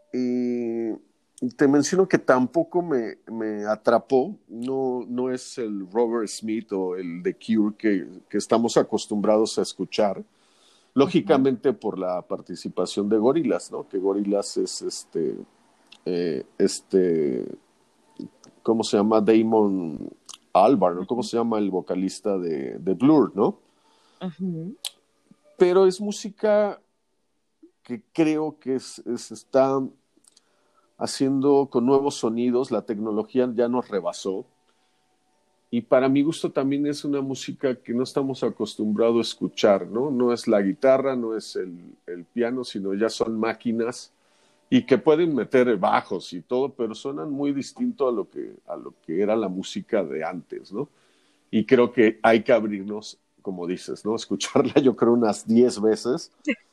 y te menciono que tampoco me, me atrapó. No, no es el Robert Smith o el The Cure que, que estamos acostumbrados a escuchar. Ujú. Lógicamente por la participación de Gorillaz, ¿no? Que Gorillaz es este, eh, este, ¿cómo se llama? Damon Albarn, ¿no? ¿Cómo Ujú. se llama el vocalista de, de Blur, ¿no? Ujú. Pero es música que creo que es, es- está haciendo con nuevos sonidos, la tecnología ya nos rebasó. Y para mi gusto también es una música que no estamos acostumbrados a escuchar, ¿no? No es la guitarra, no es el, el piano, sino ya son máquinas y que pueden meter bajos y todo, pero suenan muy distinto a lo que, a lo que era la música de antes, ¿no? Y creo que hay que abrirnos, como dices, ¿no? Escucharla yo creo unas diez veces.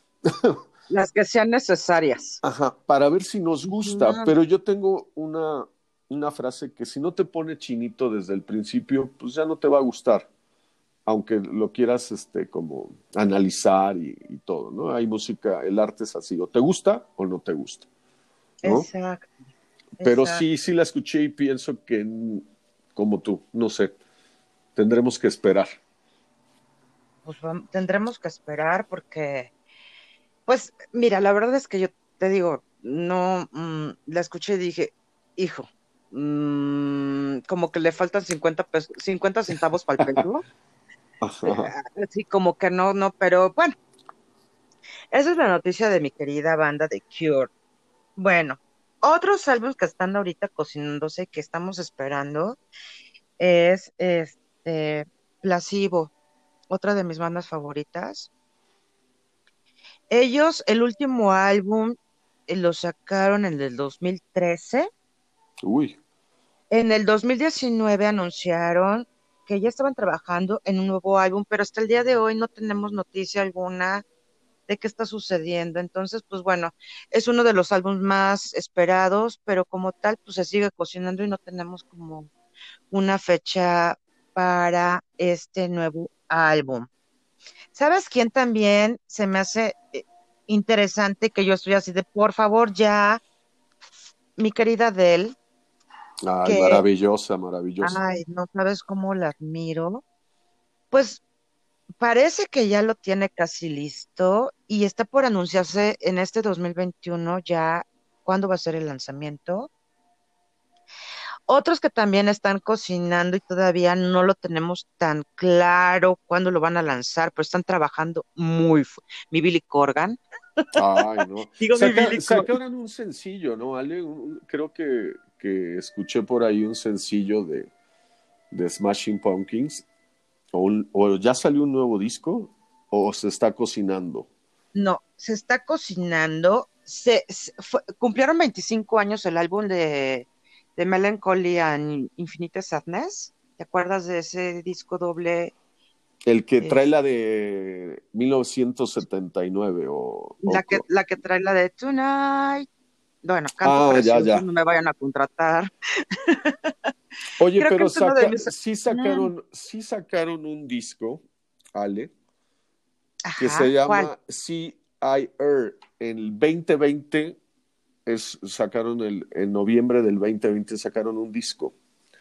Las que sean necesarias. Ajá, para ver si nos gusta, Ujú. pero yo tengo una, una frase que si no te pone chinito desde el principio, pues ya no te va a gustar, aunque lo quieras este, como analizar y, y todo, ¿no? Hay música, el arte es así, o te gusta o no te gusta, ¿no? Exacto, Pero sí, exacto. sí la escuché y pienso que, mm, como tú, no sé, tendremos que esperar. Pues vam- tendremos que esperar porque, pues mira, la verdad es que yo te digo, no, mm, la escuché y dije, hijo, mm, como que le faltan cincuenta pesos, cincuenta centavos para el peso. Eh, Ajá. Así como que no, no, pero bueno, esa es la noticia de mi querida banda de Cure. Bueno, otros álbumes que están ahorita cocinándose, que estamos esperando, es este Placebo, otra de mis bandas favoritas. Ellos, el último álbum, eh, lo sacaron en el dos mil trece. Uy. En el dos mil diecinueve anunciaron que ya estaban trabajando en un nuevo álbum, pero hasta el día de hoy no tenemos noticia alguna de qué está sucediendo. Entonces, pues bueno, es uno de los álbumes más esperados, pero como tal, pues se sigue cocinando y no tenemos como una fecha para este nuevo álbum. ¿Sabes quién también se me hace eh, interesante que yo estoy así de, por favor, ya, mi querida Adele, Ay, que, maravillosa, maravillosa. ay, no sabes cómo la admiro? Pues parece que ya lo tiene casi listo y está por anunciarse en este dos mil veintiuno ya cuándo va a ser el lanzamiento. Otros que también están cocinando y todavía no lo tenemos tan claro cuándo lo van a lanzar, pero están trabajando muy fu- Mi Billy Corgan, Ay, no. digo mi Saca, Billy Corgan. sacaron un sencillo, ¿no, Ale? Un- creo que, que escuché por ahí un sencillo de, de Smashing Pumpkins. O, un- o ya salió un nuevo disco, o se está cocinando. No, se está cocinando. Se, se- fue- cumplieron veinticinco años el álbum de, de Melancholy and Infinite Sadness. ¿Te acuerdas de ese disco doble? El que trae Es, la de mil novecientos setenta y nueve o, o la que, co- la que trae la de Tonight. Bueno, canto Ah, ya, precioso, ya. no me vayan a contratar. Oye, Creo que pero es uno de saca, mis... sí Mm, sacaron, sí sacaron un disco, Ale, que se ajá, ¿cuál? llama C I R. En el dos mil veinte es, sacaron el, en noviembre del dos mil veinte sacaron un disco,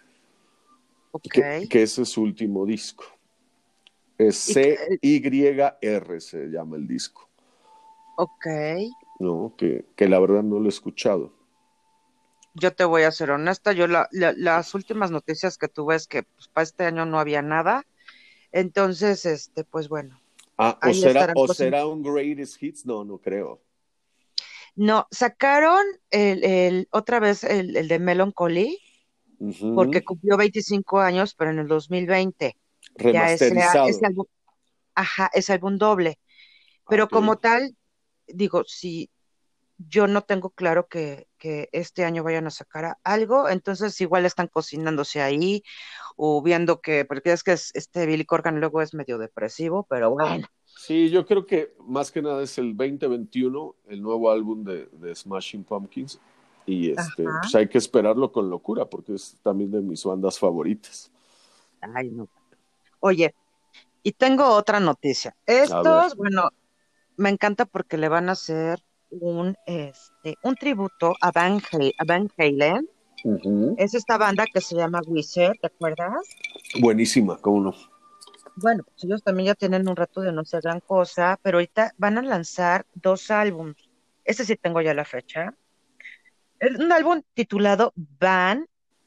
Ok. que, que ese es su último disco. Es Y, que- eh, C Y R se llama el disco, ok. ¿no? Que, que la verdad no lo he escuchado. Yo te voy a ser honesta, yo la- la- las últimas noticias que tuve es que pues, para este año no había nada. Entonces, este, pues bueno, Ah, o ahí será, estarán o cosas. será un Greatest Hits, no, no creo. No, sacaron el, el, otra vez el, el de Melancholy, Ujú. porque cumplió veinticinco años, pero en el dos mil veinte. Ya ese, ese Remasterizado. álbum, ajá, ese álbum doble. Ah, Pero ok. como tal, digo, si yo no tengo claro que, que este año vayan a sacar a- algo, entonces igual están cocinándose ahí o viendo que, porque es que es- este Billy Corgan luego es medio depresivo, pero bueno, Sí, yo creo que más que nada es el dos mil veintiuno, el nuevo álbum de, de Smashing Pumpkins. Y este, ajá, pues hay que esperarlo con locura, porque es también de mis bandas favoritas. ay no. Oye, y tengo otra noticia. A ver. Estos, bueno, me encanta porque le van a hacer un, este, un tributo a Van, Halen, a Van Halen. Ujú. Es esta banda que se llama Weezer, ¿te acuerdas? Buenísima, cómo no. Bueno, pues ellos también ya tienen un rato de no ser gran cosa, pero ahorita van a lanzar dos álbumes. Ese sí tengo ya la fecha. Es un álbum titulado Van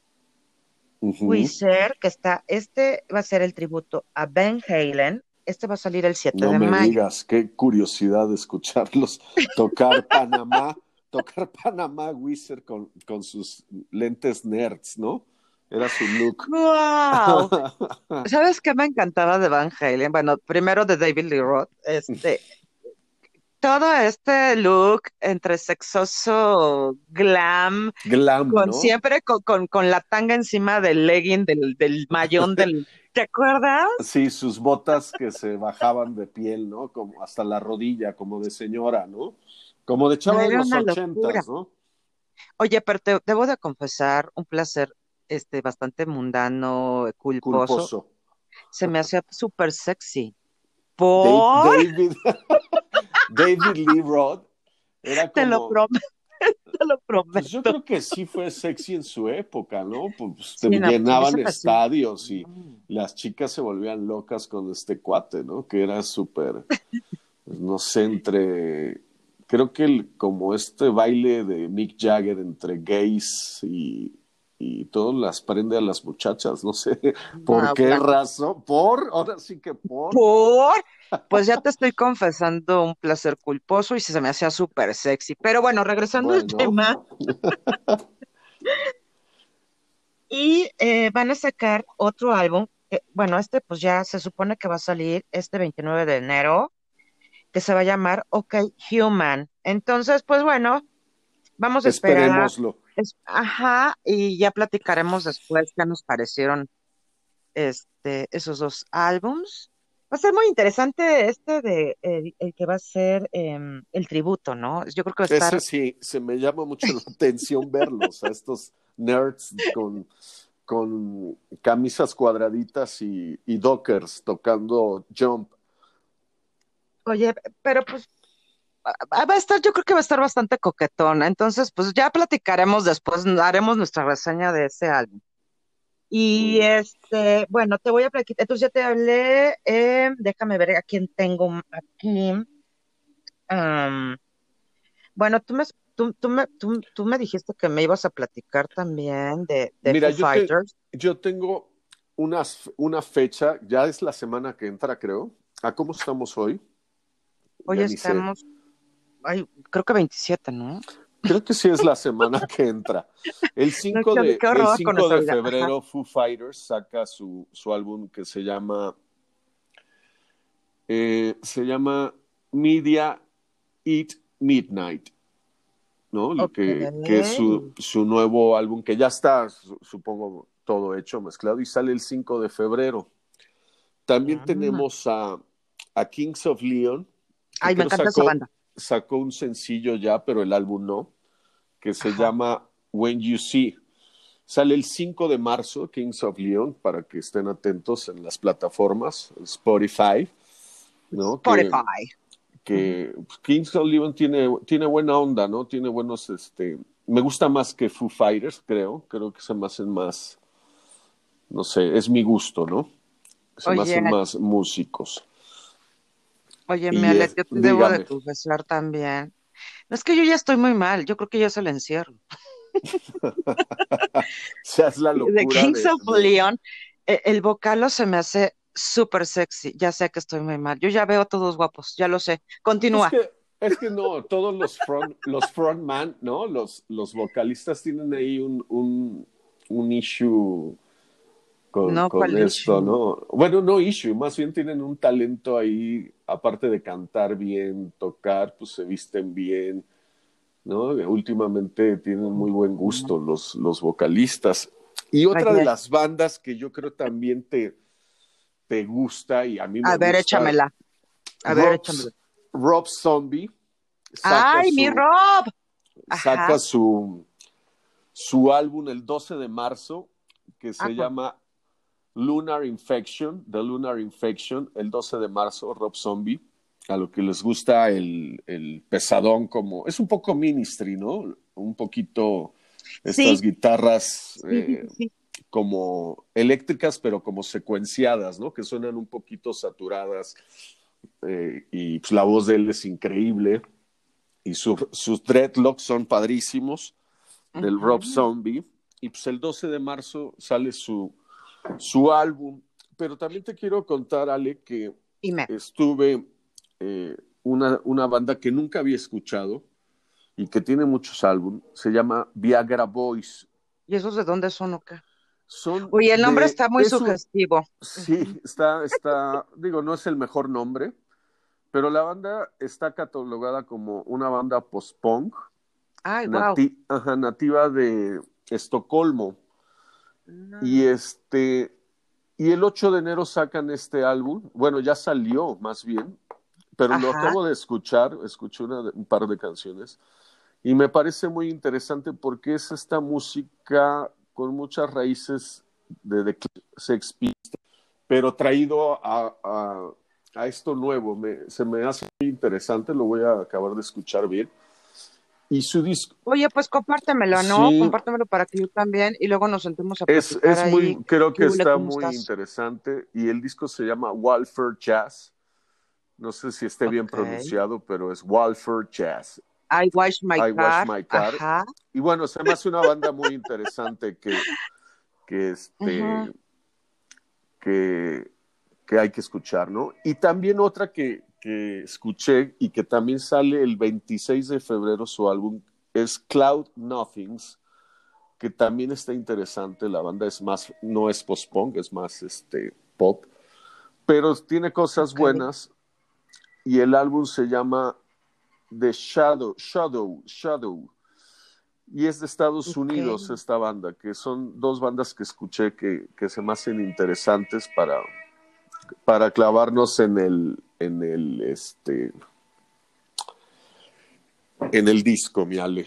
Ujú. Weezer, que está, este va a ser el tributo a Van Halen. Este va a salir el siete No de me mayo. digas, qué curiosidad de escucharlos tocar Panamá, tocar Panamá Wizard con, con sus lentes nerds, ¿no? Era su look. ¡Wow! ¿Sabes qué me encantaba de Van Halen? Bueno, primero de David Lee Roth, este, todo este look entre sexoso, glam, Glam, con ¿no? siempre con, con, con la tanga encima del legging, del, del mayón, del, ¿te acuerdas? Sí, sus botas que se bajaban de piel, ¿no? Como hasta la rodilla, como de señora, ¿no? Como de chava de Era los una locura. ochentas, ¿no? Oye, pero te debo de confesar, un placer este, bastante mundano, culposo, Culposo. se me hacía súper sexy. Dave- Por, David, David Lee Roth era te lo como, prometo, te lo pues yo prometo. creo que sí fue sexy en su época, ¿no? Pues te Sí, no, pues a mí se llenaban me hacía. estadios y Mm. las chicas se volvían locas con este cuate, ¿no? Que era súper, pues, no sé, entre, creo que el, como este baile de Mick Jagger entre gays y, y todo las prende a las muchachas, no sé por No, qué bueno, razón, por, ahora sí que por, por, pues ya te estoy confesando un placer culposo y se me hacía súper sexy. Pero bueno, regresando al bueno, tema, y eh, van a sacar otro álbum, que, bueno, este pues ya se supone que va a salir este veintinueve de enero, que se va a llamar OK Human. Entonces, pues bueno, vamos a esperar a, esperémoslo. Es, ajá, y ya platicaremos después qué nos parecieron este, esos dos álbums. Va a ser muy interesante este de el, el que va a ser em, el tributo, ¿no? Yo creo que va a Ese estar, sí, se me llama mucho la atención verlos, a estos nerds con, con camisas cuadraditas y, y dockers tocando Jump. oye, pero pues va va a estar, yo creo que va a estar bastante coquetón. Entonces, pues ya platicaremos después, haremos nuestra reseña de ese álbum. Muy Y bien. este, bueno, te voy a platicar, entonces ya te hablé, eh, déjame ver a quién tengo aquí. Am, bueno, tú me, tú, tú me, tú, tú me dijiste que me ibas a platicar también de, de Mira, Foo yo, te, Fighters. yo tengo unas, una fecha, ya es la semana que entra, creo. ¿A cómo estamos hoy? Hoy Ya ni sé. estamos, ay, creo que veintisiete, ¿no? Creo que sí es la semana que entra. El No, cinco qué, de, qué el horror con cinco esa de vida. Ajá. febrero, Foo Fighters saca su, su álbum que se llama, eh, se llama Media Eat Midnight, ¿no? El Ok. que, que es su, su nuevo álbum, que ya está, su- supongo, todo hecho, mezclado, y sale el cinco de febrero. También Mm. tenemos a, a Kings of Leon, que Ay, me creo encanta esa sacó, banda. sacó un sencillo ya, pero el álbum no, que se Ajá. llama When You See. Sale el cinco de marzo, Kings of Leon, para que estén atentos en las plataformas, Spotify, ¿no? Que, Spotify. Ujú. que Kings of Leon tiene, tiene buena onda, ¿no? Tiene buenos, este, me gusta más que Foo Fighters, creo, creo que se me hacen más, no sé, es mi gusto, ¿no? Se me Oye, hacen más músicos. oye, mi Y Alex, es, yo te debo de dígame, confesar también. No es que yo ya estoy muy mal, yo creo que ya es el encierro. sea, es la De locura Kings de, of de Leon, eh, el vocalo se me hace súper sexy. Ya sé que estoy muy mal. Yo ya veo todos guapos, ya lo sé. pues Continúa. que, es que no, todos los front, los frontman, ¿no? Los, los vocalistas tienen ahí un, un, un issue con, No, con ¿cuál esto, issue? ¿no? Bueno, no issue, más bien tienen un talento ahí, aparte de cantar bien, tocar, pues se visten bien, ¿no? Últimamente tienen muy buen Mm. gusto los, los vocalistas. Y otra de Oye, las bandas que yo creo también te, te gusta y a mí me a ver, gusta, échamela. A ver, échamela. Rob's, Rob Zombie saca ¡Ay, mi su, Rob! saca Ajá. su, su álbum el doce de marzo que Ah, se pues, llama Lunar Infection, The Lunar Infection, el doce de marzo, Rob Zombie, a lo que les gusta el, el pesadón como, es un poco ministry, ¿no? Un poquito estas sí, guitarras sí, sí, eh, sí, sí. como eléctricas, pero como secuenciadas, ¿no? Que suenan un poquito saturadas eh, y pues, la voz de él es increíble y su, sus dreadlocks son padrísimos del Rob Ujú. Zombie. Y pues el doce de marzo sale su, su álbum. Pero también te quiero contar, Ale, que Dime. estuve eh, una, una banda que nunca había escuchado y que tiene muchos álbumes. Se llama Viagra Boys. ¿Y esos de dónde son o qué? Son Oye, el nombre de. está muy Es un. sugestivo. Sí, Ujú. está, está. Digo, no es el mejor nombre, pero la banda está catalogada como una banda post-punk Ay, wow. nati ajá, nativa de Estocolmo. Y este, y el ocho de enero sacan este álbum. Bueno, ya salió más bien, pero lo Ajá. acabo de escuchar, escuché una, un par de canciones y me parece muy interesante porque es esta música con muchas raíces de, de Sex Pistols, pero traído a, a, a esto nuevo. Me, se me hace muy interesante, lo voy a acabar de escuchar bien. Y su disco, Oye, pues compártemelo, ¿no? sí, Compártemelo para que yo también y luego nos sentemos a es, platicar es ahí. muy, creo ¿Qué que huele? está ¿Cómo muy estás? interesante y el disco se llama Walford Jazz. No sé si esté bien Ok. pronunciado, pero es Walford Jazz. I wash my I Wash car. My Car. Ajá. Y bueno, se me hace una banda muy interesante que, que, Ujú. este, que, que hay que escuchar, ¿no? Y también otra que, que escuché y que también sale el veintiséis de febrero su álbum es Cloud Nothings, que también está interesante. La banda es más, no es post-punk, es más este, pop, pero tiene cosas Ok. buenas y el álbum se llama The Shadow, Shadow, Shadow. Y es de Estados Ok. Unidos esta banda, que son dos bandas que escuché que, que se me hacen interesantes para, para clavarnos en el, en el, este, en el disco, mi Ale.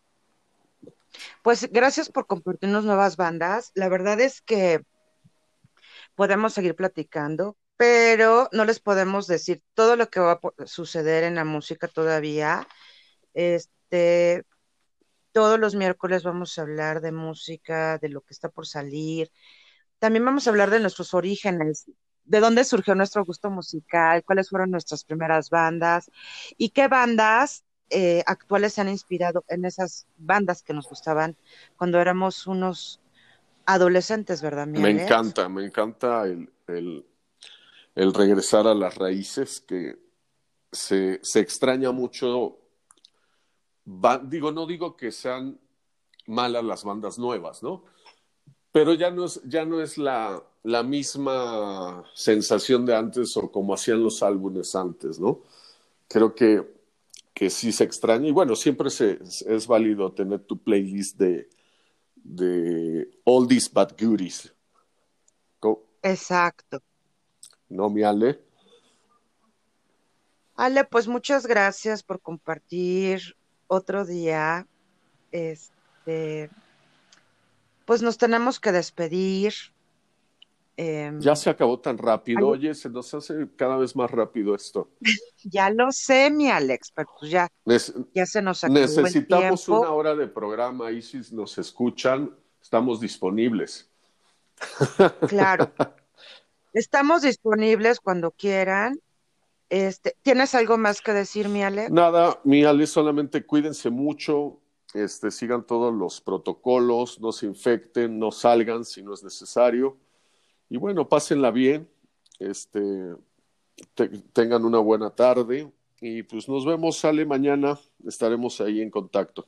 Pues gracias por compartirnos nuevas bandas. La verdad es que podemos seguir platicando, pero no les podemos decir todo lo que va a po- suceder en la música todavía. Este, todos los miércoles vamos a hablar de música, de lo que está por salir. También vamos a hablar de nuestros orígenes, de dónde surgió nuestro gusto musical, cuáles fueron nuestras primeras bandas y qué bandas eh, actuales se han inspirado en esas bandas que nos gustaban cuando éramos unos adolescentes, ¿verdad, mi Me Alex? encanta, me encanta el, el, el regresar a las raíces, que se, se extraña mucho. Va- digo, no digo que sean malas las bandas nuevas, ¿no? Pero ya no es, ya no es la, la misma sensación de antes o como hacían los álbumes antes, ¿no? Creo que, que sí se extraña. Y bueno, siempre se, es válido tener tu playlist de, de oldies but goodies. Co- Exacto. ¿No, mi Ale? Ale, pues muchas gracias por compartir otro día. Este, pues nos tenemos que despedir. Ya Em, se acabó tan rápido. algo- Oye, se nos hace cada vez más rápido esto. ya lo sé, mi Alex, pero pues ya, Nece- ya se nos acabó el necesitamos una tiempo. hora de programa y si nos escuchan, estamos disponibles. Claro, estamos disponibles cuando quieran. Este, ¿tienes algo más que decir, mi Alex? Nada, mi Ale, solamente cuídense mucho, este, sigan todos los protocolos, no se infecten, no salgan si no es necesario. Y bueno, pásenla bien, este, te- tengan una buena tarde y pues nos vemos, Ale, mañana, estaremos ahí en contacto.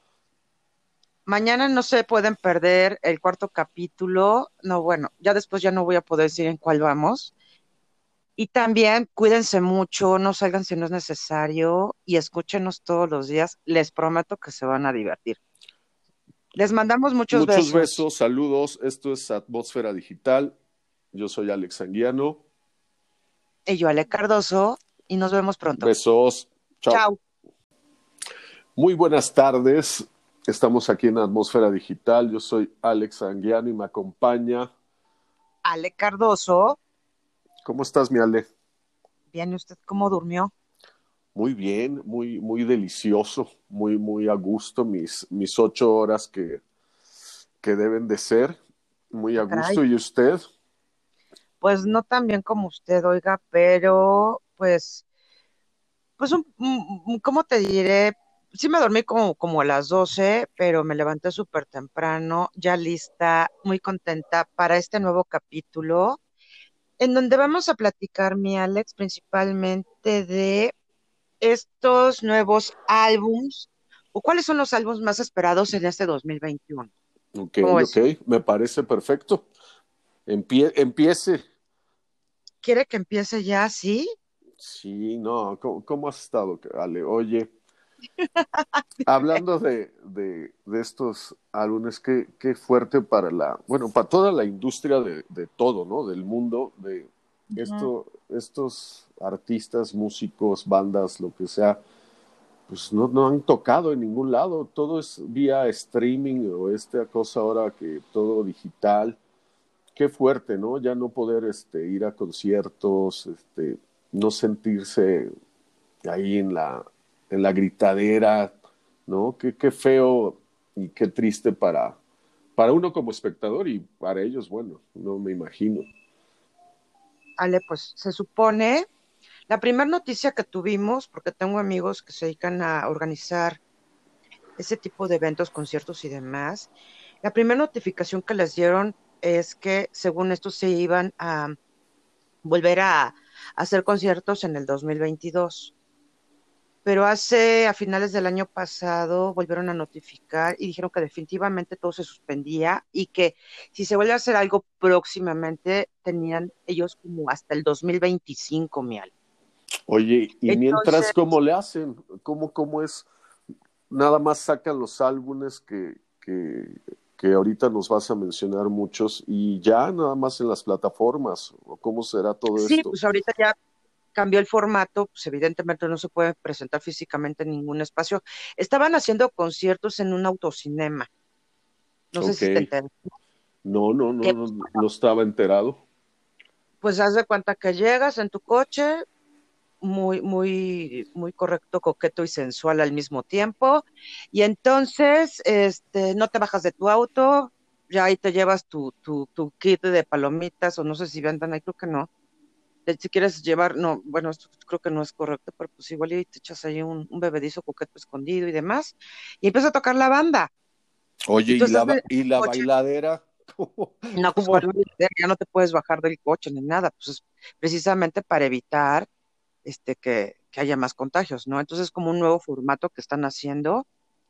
Mañana no se pueden perder el cuarto capítulo. No, bueno, ya después ya no voy a poder decir en cuál vamos. Y también cuídense mucho, no salgan si no es necesario y escúchenos todos los días. Les prometo que se van a divertir. Les mandamos muchos Muchos besos. besos, saludos, esto es Atmósfera Digital, yo soy Alex Anguiano, Y yo, Ale Cardoso, y nos vemos pronto. besos, chao. Chao. Muy buenas tardes, estamos aquí en Atmósfera Digital, yo soy Alex Anguiano y me acompaña. Ale Cardoso, ¿Cómo estás, mi Ale? ¿viene usted cómo durmió? Muy bien, muy, muy delicioso, muy, muy a gusto, mis, mis ocho horas que, que deben de ser, muy a Ah, caray. gusto. ¿Y usted? Pues no tan bien como usted, oiga, pero pues, pues, un, un- un- ¿cómo te diré? Sí me dormí como, como a las doce, pero me levanté súper temprano, ya lista, muy contenta para este nuevo capítulo, en donde vamos a platicar, mi Alex, principalmente de estos nuevos álbums, o cuáles son los álbumes más esperados en este dos mil veintiuno. Ok, ¿Cómo ok, ves? me parece perfecto. Empie- empiece. ¿Quiere que empiece ya así? Sí, no, ¿cómo, cómo has estado, Ale? Oye, hablando de, de, de estos álbumes, qué, qué fuerte para la, bueno, para toda la industria de, de todo, ¿no? Del mundo, de Ujú. esto, estos artistas, músicos, bandas, lo que sea, pues no, no han tocado en ningún lado, todo es vía streaming o esta cosa ahora que todo digital. Qué fuerte, ¿no? Ya no poder este, ir a conciertos, este, no sentirse ahí en la, en la gritadera, ¿no? Qué, qué feo y qué triste para, para uno como espectador y para ellos, bueno, no me imagino. Ale, pues se supone, la primera noticia que tuvimos, porque tengo amigos que se dedican a organizar ese tipo de eventos, conciertos y demás, la primera notificación que les dieron es que según esto se iban a volver a hacer conciertos en el dos mil veintidós. Pero hace, a finales del año pasado, volvieron a notificar y dijeron que definitivamente todo se suspendía y que si se vuelve a hacer algo próximamente, tenían ellos como hasta el dos mil veinticinco, mi Ale. Oye, y Entonces, mientras, ¿cómo le hacen? ¿Cómo, cómo es? nada más sacan los álbumes que, que, que ahorita nos vas a mencionar muchos y ya nada más en las plataformas, o cómo será todo Sí, esto. pues ahorita ya cambió el formato, pues evidentemente no se puede presentar físicamente en ningún espacio. Estaban haciendo conciertos en un autocinema, no sé Ok, si te enteras, no, no, no, que no, no estaba enterado. pues haz de cuenta que llegas en tu coche, muy, muy, muy correcto, coqueto y sensual al mismo tiempo, y entonces este, no te bajas de tu auto, ya ahí te llevas tu, tu, tu kit de palomitas, o no sé si vendan ahí, creo que no. Eh, Si quieres llevar, no, bueno, esto creo que no es correcto, pero pues igual y te echas ahí un, un bebedizo coqueto escondido y demás, y empieza a tocar la banda, Oye, y tú ¿y estás la, en ba- el y la coche, bailadera? ¿Cómo, no, pues cómo? para ya no te puedes bajar del coche ni nada, pues es precisamente para evitar este, que, que haya más contagios, ¿no? Entonces es como un nuevo formato que están haciendo,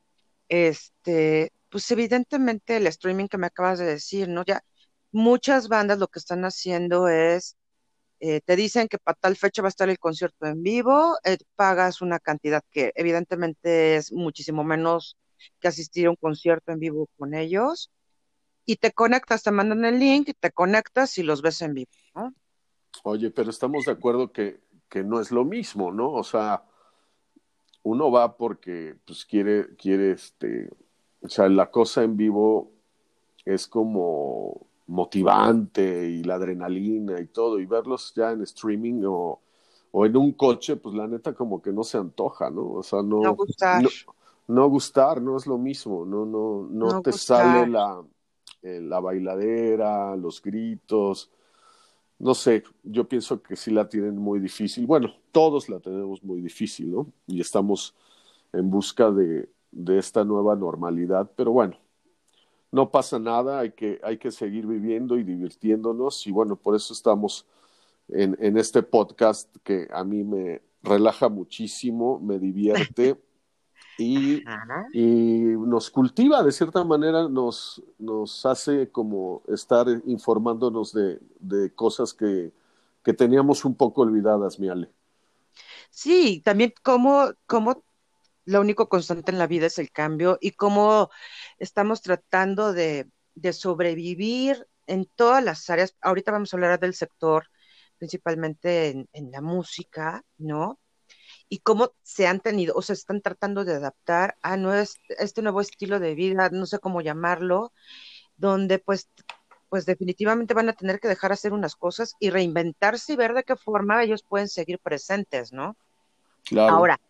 este, pues evidentemente el streaming que me acabas de decir, ¿no? Ya muchas bandas lo que están haciendo es eh, te dicen que para tal fecha va a estar el concierto en vivo, eh, pagas una cantidad que evidentemente es muchísimo menos que asistir a un concierto en vivo con ellos, y te conectas, te mandan el link, y te conectas y los ves en vivo, ¿no? Oye, pero estamos de acuerdo que, que no es lo mismo, ¿no? O sea, uno va porque pues quiere, quiere este, o sea, la cosa en vivo es como motivante y la adrenalina y todo, y verlos ya en streaming o, o en un coche, pues la neta como que no se antoja, ¿no? O sea, No no, gustar, no, no gustar, no es lo mismo, no, no, no no te sale gustar. la, eh, la bailadera, los gritos, no sé, yo pienso que sí la tienen muy difícil. Bueno, todos la tenemos muy difícil, ¿no? Y estamos en busca de, de esta nueva normalidad, pero bueno, no pasa nada, hay que, hay que seguir viviendo y divirtiéndonos y bueno, por eso estamos en, en este podcast que a mí me relaja muchísimo, me divierte y, Ajá. y nos cultiva de cierta manera, nos, nos hace como estar informándonos de, de cosas que, que teníamos un poco olvidadas, mi Ale. Sí, también cómo, cómo lo único constante en la vida es el cambio y cómo estamos tratando de, de sobrevivir en todas las áreas. Ahorita vamos a hablar del sector, principalmente en, en la música, ¿no? Y cómo se han tenido, o se están tratando de adaptar a nues- este nuevo estilo de vida, no sé cómo llamarlo, donde pues, pues definitivamente van a tener que dejar hacer unas cosas y reinventarse y ver de qué forma ellos pueden seguir presentes, ¿no? Claro, Ahora,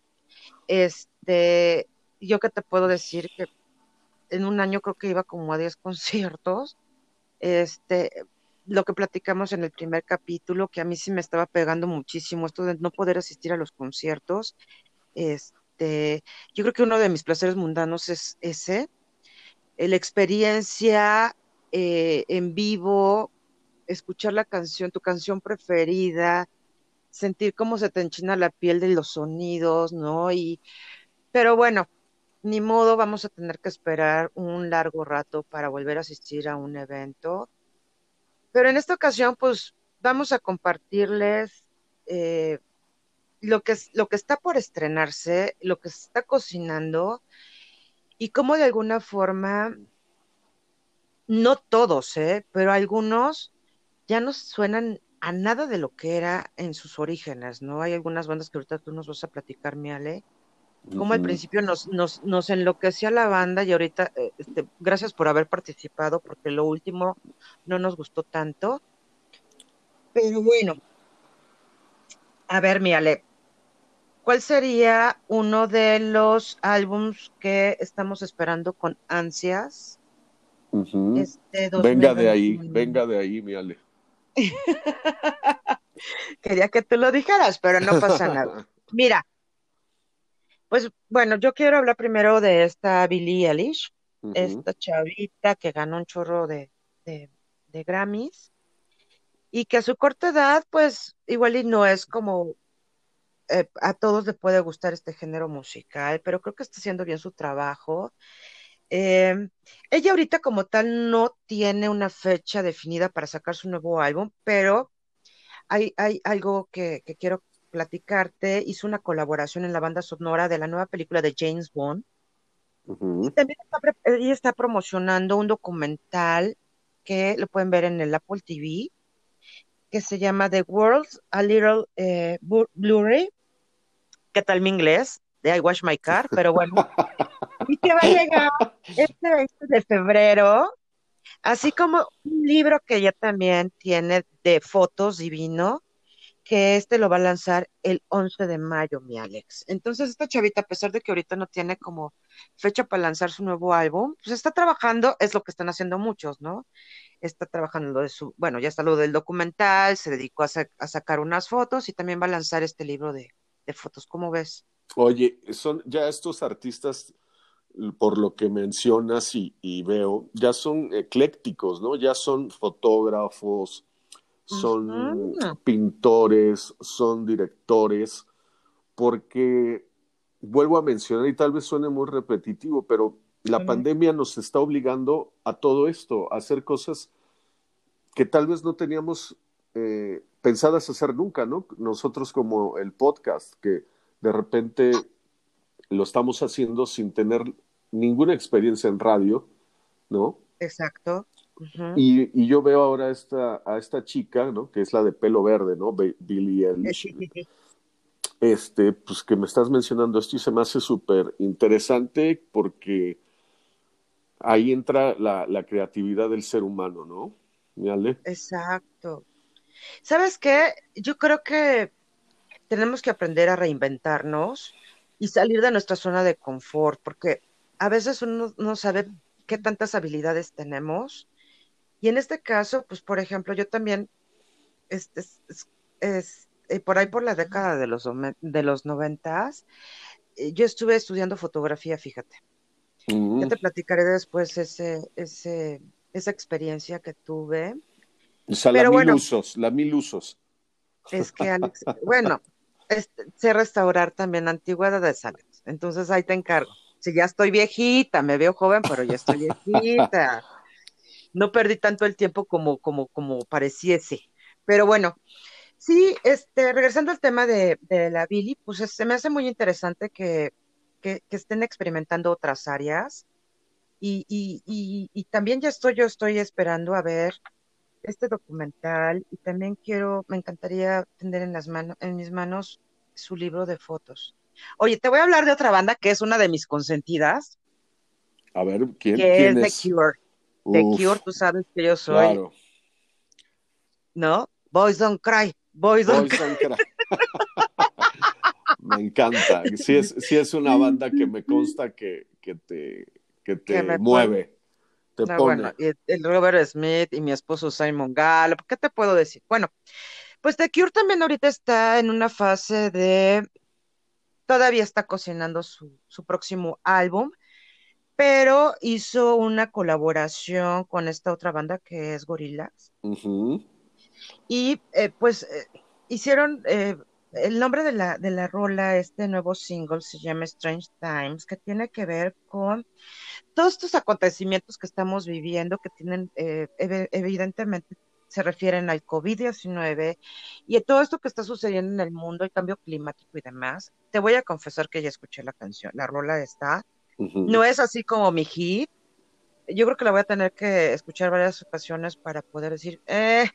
este, yo que te puedo decir que en un año creo que iba como a diez conciertos, este, lo que platicamos en el primer capítulo, que a mí sí me estaba pegando muchísimo, esto de no poder asistir a los conciertos, este, yo creo que uno de mis placeres mundanos es ese, eh, la experiencia eh, en vivo, escuchar la canción, tu canción preferida, sentir cómo se te enchina la piel de los sonidos, ¿no? Y, pero bueno, ni modo, vamos a tener que esperar un largo rato para volver a asistir a un evento. Pero en esta ocasión, pues vamos a compartirles eh, lo que, es- lo que está por estrenarse, lo que se está cocinando y cómo de alguna forma, no todos, ¿eh? Pero algunos ya no suenan a nada de lo que era en sus orígenes, ¿no? Hay algunas bandas que ahorita tú nos vas a platicar, mi Ale, como al ujú. principio nos, nos, nos enloquecía la banda y ahorita, eh, este, gracias por haber participado, porque lo último no nos gustó tanto. Pero bueno, a ver, mi Ale, ¿cuál sería uno de los álbums que estamos esperando con ansias Ujú. este Venga de ahí, dos mil veintiuno? venga de ahí, mi Ale. Quería que tú lo dijeras, pero no pasa nada. Mira, pues bueno, yo quiero hablar primero de esta Billie Eilish, Ujú. esta chavita que ganó un chorro de, de, de Grammys y que a su corta edad, pues igual y no es como eh, a todos le puede gustar este género musical, pero creo que está haciendo bien su trabajo. Eh, Ella ahorita como tal no tiene una fecha definida para sacar su nuevo álbum, pero hay, hay algo que, que quiero platicarte. Hizo una colaboración en la banda sonora de la nueva película de James Bond. Y Ujú. también está, pre- ella está promocionando un documental que lo pueden ver en el Apple T V, que se llama The World's A Little eh, Bu- Blurry. ¿Qué tal mi inglés? De I Wash My Car, pero bueno. Y que va a llegar este veinte de febrero, así como un libro que ella también tiene de fotos divino, que este lo va a lanzar el once de mayo, mi Alex. Entonces, esta chavita, a pesar de que ahorita no tiene como fecha para lanzar su nuevo álbum, pues está trabajando, es lo que están haciendo muchos, ¿no? Está trabajando lo de su, bueno, ya está lo del documental, se dedicó a, sa- a sacar unas fotos y también va a lanzar este libro de, de fotos. ¿Cómo ves? Oye, son ya estos artistas, por lo que mencionas y, y veo, ya son eclécticos, ¿no? Ya son fotógrafos, son Ujú. pintores, son directores, porque vuelvo a mencionar y tal vez suene muy repetitivo, pero la Ujú. pandemia nos está obligando a todo esto, a hacer cosas que tal vez no teníamos eh, pensadas hacer nunca, ¿no? Nosotros como el podcast, que de repente lo estamos haciendo sin tener ninguna experiencia en radio, ¿no? Exacto. Ujú. Y, y yo veo ahora esta, a esta chica, ¿no? Que es la de pelo verde, ¿no? Be- Billie Eh, Eilish. sí, sí, sí. Este, pues que me estás mencionando esto y se me hace súper interesante porque ahí entra la, la creatividad del ser humano, ¿no? ¿Me Ale? Exacto. ¿Sabes qué? Yo creo que tenemos que aprender a reinventarnos y salir de nuestra zona de confort, porque a veces uno no sabe qué tantas habilidades tenemos. Y en este caso, pues, por ejemplo, yo también, este, es, es- es, eh, por ahí por la década de los, ome- de los noventas, eh, yo estuve estudiando fotografía, fíjate. Ya Mm. te platicaré después ese, ese, esa experiencia que tuve. O sea, la Pero mil bueno, usos, la mil usos. es que Alex, bueno, este, sé restaurar también antigüedades, Alex. Entonces ahí te encargo. Si ya estoy viejita, me veo joven, pero ya estoy viejita. No perdí tanto el tiempo como, como, como pareciese. Pero bueno, sí, este, regresando al tema de, de la Billy, pues es- se me hace muy interesante que, que, que estén experimentando otras áreas. Y, y, y, y también ya estoy, yo estoy esperando a ver este documental y también quiero, me encantaría tener en las manos, en mis manos su libro de fotos. Oye, te voy a hablar de otra banda que es una de mis consentidas, A ver, ¿quién, que quién es The es? Cure. The Cure, Uf, tú sabes que yo soy, claro. ¿no? Boys Don't Cry, Boys Don't Boys Cry. Don't Cry. Me encanta. Sí es, sí es una banda que me consta que, que te, que Que te me pone, mueve, te no, bueno, pone. y el Robert Smith y mi esposo Simon Gallup, ¿qué te puedo decir? Bueno, pues The Cure también ahorita está en una fase de, todavía está cocinando su, su próximo álbum, pero hizo una colaboración con esta otra banda que es Gorillaz. Ujú. Y eh, pues eh, hicieron, eh, el nombre de la, de la rola, este nuevo single se llama Strange Times, que tiene que ver con todos estos acontecimientos que estamos viviendo, que tienen, eh, ev- evidentemente, se refieren al COVID diecinueve y a todo esto que está sucediendo en el mundo, el cambio climático y demás. Te voy a confesar que ya escuché la canción, la rola está. Ujú. No es así como mi hit. Yo creo que la voy a tener que escuchar varias ocasiones para poder decir, eh,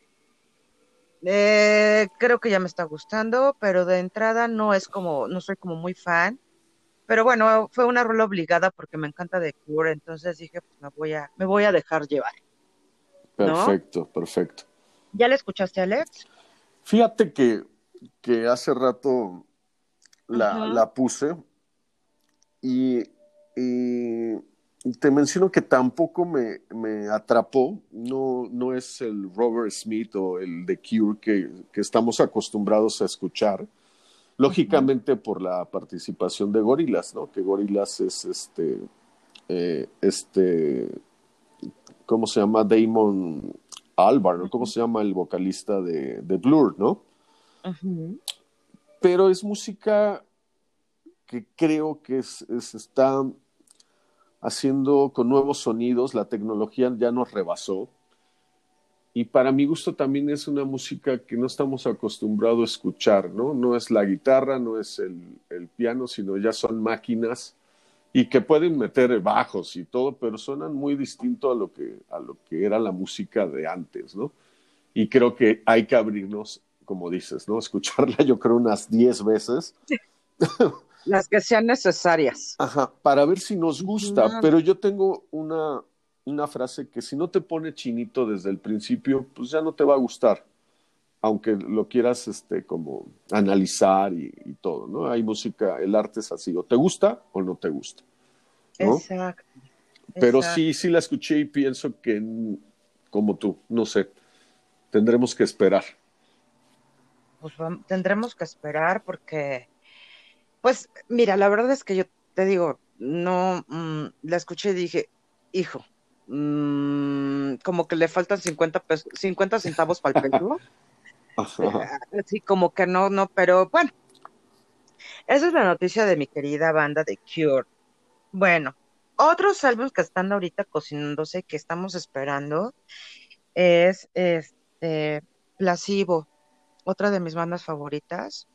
eh, creo que ya me está gustando, pero de entrada no es como, no soy como muy fan. Pero bueno, fue una rola obligada porque me encanta The Cure, entonces dije, pues me voy a, me voy a dejar llevar, ¿no? Perfecto, perfecto. ¿Ya la escuchaste, Alex? Fíjate que, que hace rato la, Ujú. la puse y, y te menciono que tampoco me, me atrapó. No, no es el Robert Smith o el The Cure que, que estamos acostumbrados a escuchar. Ujú. Lógicamente por la participación de Gorillaz, ¿no? Que Gorillaz es este, eh, este, ¿cómo se llama? Damon Albarn, ¿no? ¿Cómo Ujú. se llama el vocalista de, de Blur, ¿no? Ujú. Pero es música que creo que es, es, está haciendo con nuevos sonidos, la tecnología ya nos rebasó. Y para mi gusto también es una música que no estamos acostumbrados a escuchar, ¿no? No es la guitarra, no es el, el piano, sino ya son máquinas y que pueden meter bajos y todo, pero suenan muy distinto a lo que, a lo que era la música de antes, ¿no? Y creo que hay que abrirnos, como dices, ¿no? Escucharla yo creo unas diez veces. Las que sean necesarias. Ajá, para ver si nos gusta, No, pero yo tengo una, una frase que si no te pone chinito desde el principio, pues ya no te va a gustar, aunque lo quieras este, como analizar y, y todo, ¿no? Hay música, el arte es así, o te gusta o no te gusta, ¿no? exacto, Pero exacto. sí, sí la escuché y pienso que, mm, como tú, no sé, tendremos que esperar. Pues vam- tendremos que esperar porque, pues mira, la verdad es que yo te digo, no, mm, la escuché y dije, hijo, mm, como que le faltan cincuenta pesos, cincuenta centavos para el peso. Eh, Ajá. Así como que no, no, pero bueno, esa es la noticia de mi querida banda de Cure. Bueno, otros álbumes que están ahorita cocinándose que estamos esperando es este Placebo, otra de mis bandas favoritas.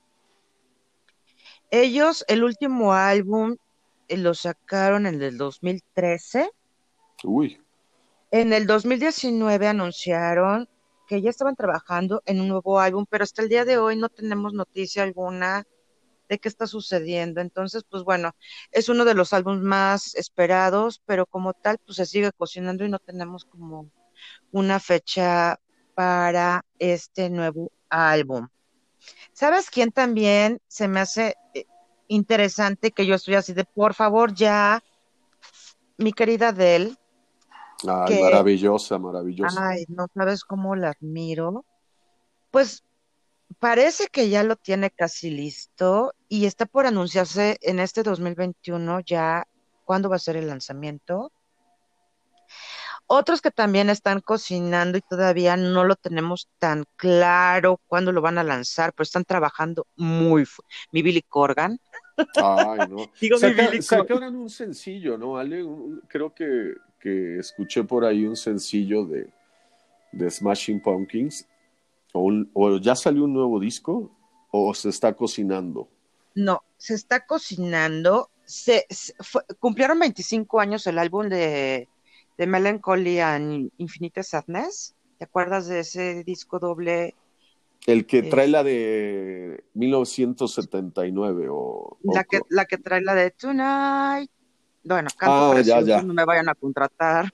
Ellos, el último álbum, eh, lo sacaron en el dos mil trece. Uy, En el dos mil diecinueve anunciaron que ya estaban trabajando en un nuevo álbum, pero hasta el día de hoy no tenemos noticia alguna de qué está sucediendo. Entonces, pues bueno, es uno de los álbumes más esperados, pero como tal, pues se sigue cocinando y no tenemos como una fecha para este nuevo álbum. ¿Sabes quién también se me hace eh, interesante que yo estoy así de, por favor, ya, mi querida Adele, ay, que, maravillosa, maravillosa. ay, no sabes cómo la admiro? Pues parece que ya lo tiene casi listo y está por anunciarse en este dos mil veintiuno ya cuándo va a ser el lanzamiento. Otros que también están cocinando y todavía no lo tenemos tan claro cuándo lo van a lanzar, pero están trabajando muy fu- Mi Billy Corgan. Ay, no. Digo mi Saca, Billy Corgan. sacaron un sencillo, ¿no, Ale? Un- un- creo que, que escuché por ahí un sencillo de, de Smashing Pumpkins. O, un- o ya salió un nuevo disco, o se está cocinando. No, se está cocinando. Se, se- fue- cumplieron veinticinco años el álbum de, de Melancholy and Infinite Sadness. ¿Te acuerdas de ese disco doble? El que trae Es, la de mil novecientos setenta y nueve o, la o que, co- la que trae la de Tonight. Bueno, canto Ah, ya, precioso, ya. no me vayan a contratar.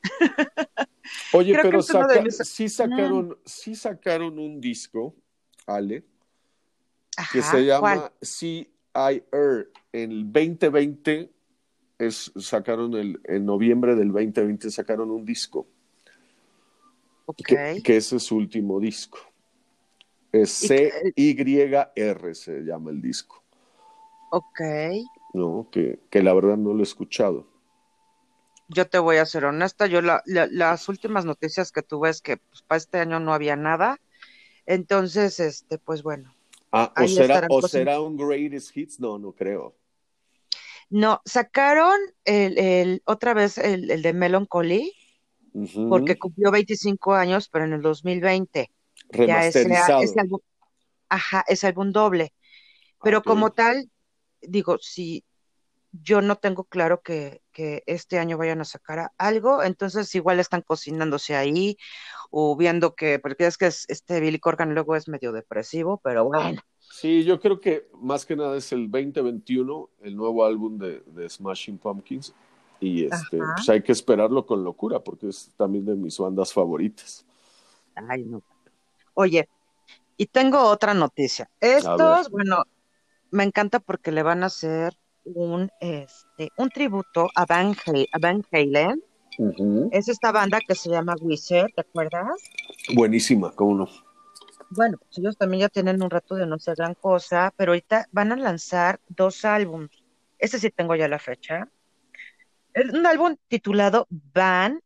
Oye, Creo que pero es uno de saca, mis... sí Mm, sacaron, sí sacaron un disco, Ale, que se ajá, ¿cuál? llama C I R. En el dos mil veinte es, sacaron el, en noviembre del dos mil veinte sacaron un disco, Ok. que, que ese es su último disco. Es Y, que- C Y R se llama el disco, ok. ¿no? Que, que la verdad no lo he escuchado. Yo te voy a ser honesta, yo la- la- las últimas noticias que tuve es que pues, para este año no había nada. Entonces, este, pues bueno, Ah, o ahí será, estarán o cosas. será un Greatest Hits, no, no creo. No, sacaron el, el- otra vez el, el de Melancholy, Ujú. porque cumplió veinticinco años, pero en el dos mil veinte. Ya ese, ese Remasterizado. álbum, ajá, ese álbum doble. Ah, Pero ok. como tal, digo, si yo no tengo claro que, que este año vayan a sacar a- algo, entonces igual están cocinándose ahí o viendo que, porque es que es- este Billy Corgan luego es medio depresivo, pero bueno, Sí, yo creo que más que nada es el dos mil veintiuno, el nuevo álbum de, de Smashing Pumpkins. Y este, ajá, pues hay que esperarlo con locura, porque es también de mis bandas favoritas. ay, no. Oye, y tengo otra noticia. A ver. Estos, bueno, me encanta porque le van a hacer un, este, un tributo a Van, Hal- a Van Halen. Ujú. Es esta banda que se llama Weezer, ¿te acuerdas? Buenísima, cómo no. Bueno, pues ellos también ya tienen un rato de no hacer gran cosa, pero ahorita van a lanzar dos álbumes. Este sí tengo ya la fecha. Es un álbum titulado Van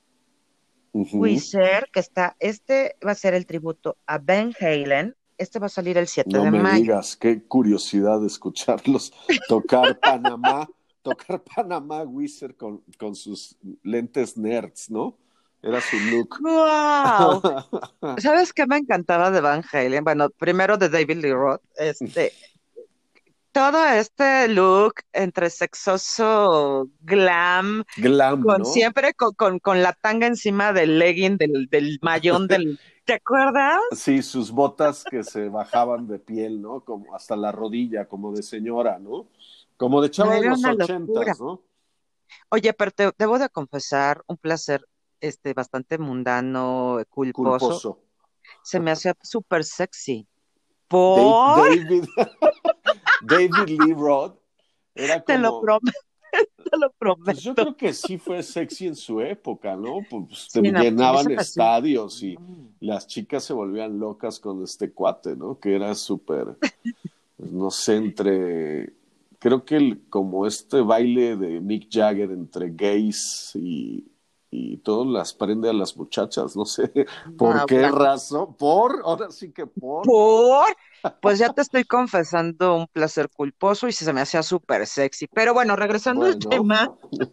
Ujú. Weezer, que está, este va a ser el tributo a Van Halen. Este va a salir el siete No de me mayo. digas, qué curiosidad escucharlos tocar Panamá, tocar Panamá Wizard con, con sus lentes nerds, ¿no? Era su look. ¡Wow! ¿Sabes qué me encantaba de Van Halen? Bueno, primero de David Lee Roth. Este, todo este look entre sexoso, glam, Glam, con ¿no? siempre con, con, con la tanga encima del legging, del, del mayón del, ¿te acuerdas? Sí, sus botas que se bajaban de piel, ¿no? Como hasta la rodilla, como de señora, ¿no? Como de chava de Era los una locura. ochentas, ¿no? Oye, pero te debo de confesar, un placer este bastante mundano, culposo, Culposo. se me hacía súper sexy. Dave- Por, David, David Lee Roth era te lo como, prometo, te lo pues yo prometo. creo que sí fue sexy en su época, ¿no? Pues te Sí, no, pues a mí se llenaban me hacía. estadios y Mm. las chicas se volvían locas con este cuate, ¿no? Que era súper, pues, no sé, entre, creo que el- como este baile de Mick Jagger entre gays y, y todo las prende a las muchachas, no sé por No, qué bueno, razón, por, ahora sí que por. por, pues ya te estoy confesando un placer culposo y se me hacía súper sexy. Pero bueno, regresando al Bueno, tema,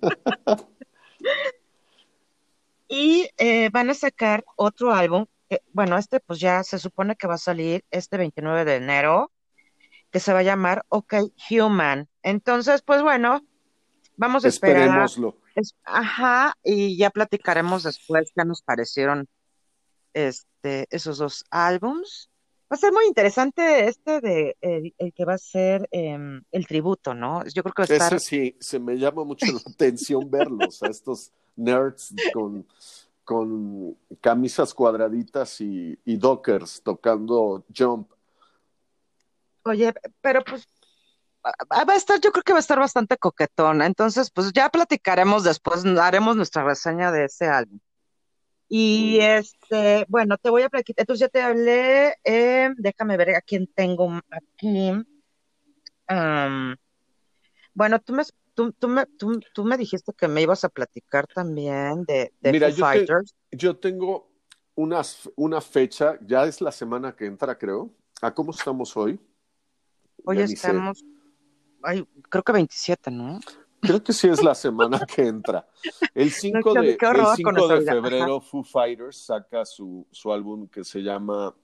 y eh, van a sacar otro álbum, que, bueno, este pues ya se supone que va a salir este veintinueve de enero, que se va a llamar OK Human. Entonces, pues bueno, vamos a esperar. esperémoslo. Es- ajá, y ya platicaremos después qué nos parecieron este, esos dos álbums. Va a ser muy interesante este de el, el que va a ser em, el tributo, ¿no? Yo creo que va a Ese estar, sí, se me llama mucho la atención verlos, a estos nerds con, con camisas cuadraditas y, y dockers tocando jump. oye, pero pues va va a estar, yo creo que va a estar bastante coquetona. Entonces, pues ya platicaremos después, haremos nuestra reseña de ese álbum. Muy Y bien. este, bueno, te voy a platicar, entonces ya te hablé, eh, déjame ver a quién tengo aquí. Am, bueno, tú me, tú, tú me, tú, tú me dijiste que me ibas a platicar también de, de Mira, Foo yo, te, Fighters. yo tengo unas, una fecha, ya es la semana que entra, creo. ¿A cómo estamos hoy? Hoy Ya ni sé. estamos, ay, creo que veintisiete, ¿no? Creo que sí es la semana que entra. El No, cinco qué, de, qué el horror con cinco esa de vida. Ajá. febrero, Foo Fighters saca su, su álbum que se llama,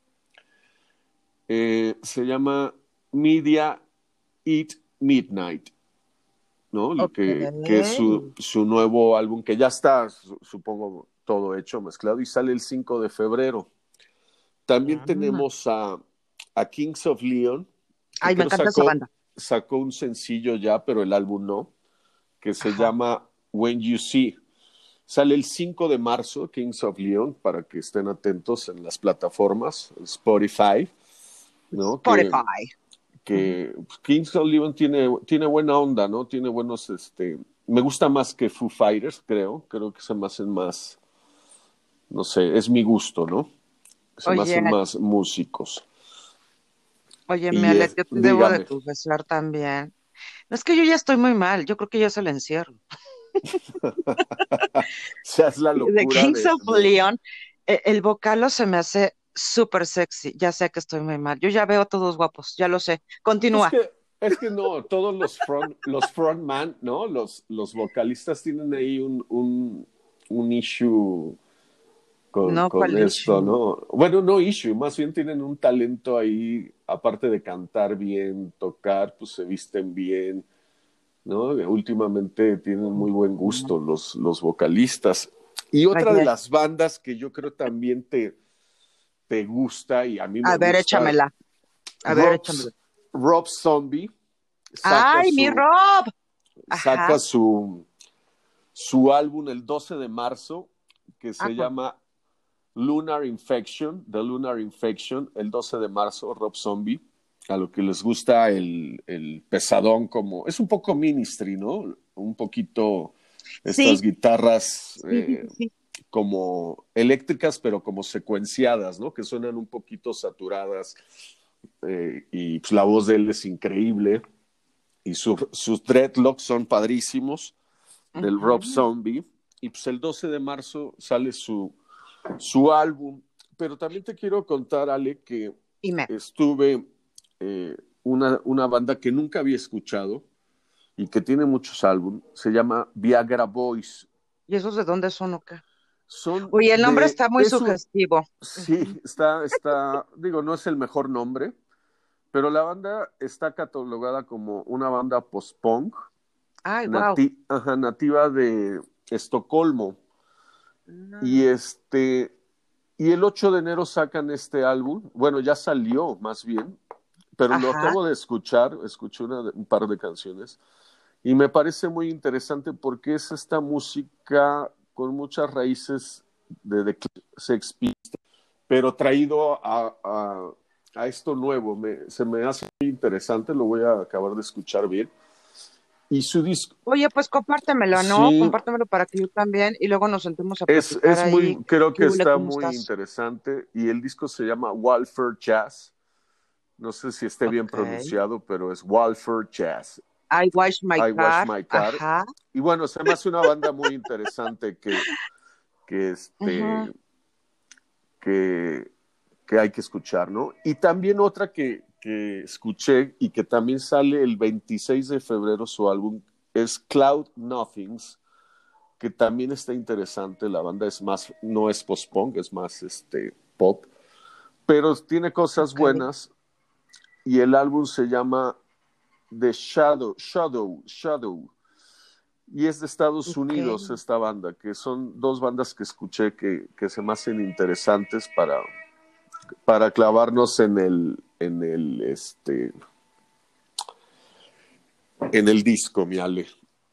eh, se llama Media Eat Midnight, ¿no? El Ok. que, que es su, su nuevo álbum que ya está, su- supongo, todo hecho, mezclado, y sale el cinco de febrero. También Mm. tenemos a, a Kings of Leon, que Ay, me creo encanta esa sacó, banda. sacó un sencillo ya, pero el álbum no, que se Ajá. llama When You See. Sale el cinco de marzo, Kings of Leon, para que estén atentos en las plataformas, Spotify, ¿no? Que, Spotify. Ujú. que Kings of Leon tiene, tiene buena onda, ¿no? Tiene buenos, este, me gusta más que Foo Fighters, creo, creo que se me hacen más, no sé, es mi gusto, ¿no? Se me Oye, hacen más músicos. oye, mi Y Alex, es, yo te debo de dígame, confesar también. No es que yo ya estoy muy mal, yo creo que ya es el encierro. sea, es la De locura Kings de, of de Leon, eh, el vocalo se me hace súper sexy. Ya sé que estoy muy mal. Yo ya veo a todos guapos, ya lo sé. es Continúa. que, es que no, todos los front, los frontman, ¿no? Los, los vocalistas tienen ahí un, un, un issue con, No, con ¿cuál esto, issue? ¿no? Bueno, no issue, más bien tienen un talento ahí, aparte de cantar bien, tocar, pues se visten bien, ¿no? Últimamente tienen muy buen Ujú. gusto los, los vocalistas. Y otra de Oye, las bandas que yo creo también te, te gusta y a mí me a ver, gusta, échamela. A ver, échamela. Rob's, Rob Zombie saca ¡Ay, mi su, Rob! saca Ajá, su, su álbum el doce de marzo que ¿a se poco? llama Lunar Infection, The Lunar Infection, el doce de marzo, Rob Zombie, a lo que les gusta el, el pesadón como, es un poco ministry, ¿no? Un poquito estas Sí, guitarras sí, sí, eh, sí, sí. como eléctricas, pero como secuenciadas, ¿no? Que suenan un poquito saturadas eh, y pues, la voz de él es increíble y su, sus dreadlocks son padrísimos del Rob Ujú. Zombie y pues el doce de marzo sale su, su álbum, pero también te quiero contar, Ale, que Dime. estuve eh, una, una banda que nunca había escuchado y que tiene muchos álbumes, se llama Viagra Boys. ¿Y esos de dónde son o qué? Son Oye, el nombre de, está muy es un, sugestivo. sí, Ujú. está, está, digo, no es el mejor nombre, pero la banda está catalogada como una banda post-punk Ay, wow. nati ajá, nativa de Estocolmo. Y No. este, y el ocho de enero sacan este álbum, bueno, ya salió más bien, pero lo Ajá, acabo de escuchar, escuché una, un par de canciones, y me parece muy interesante porque es esta música con muchas raíces de, de Sex Pistols, pero traído a, a, a esto nuevo. Me, se me hace muy interesante, lo voy a acabar de escuchar bien. Y su disco, oye, pues compártemelo, ¿no? sí, Compártemelo para que yo también y luego nos sentemos a es, platicar es ahí. muy, creo ¿Qué que huele? está ¿Cómo muy estás? interesante y el disco se llama Walford Jazz. No sé si esté bien Ok. pronunciado, pero es Walford Jazz. I wash my I Wash car. My Car. Ajá. Y bueno, se me hace una banda muy interesante que, que, Ujú. este, que, que hay que escuchar, ¿no? Y también otra que, que escuché y que también sale el veintiséis de febrero su álbum es Cloud Nothings, que también está interesante. La banda es más, no es post-punk, es más este, pop, pero tiene cosas Ok, buenas y el álbum se llama The Shadow, Shadow, Shadow. Y es de Estados ok. Unidos esta banda, que son dos bandas que escuché que, que se me hacen interesantes para, para clavarnos en el, en el, este, en el disco, mi Ale.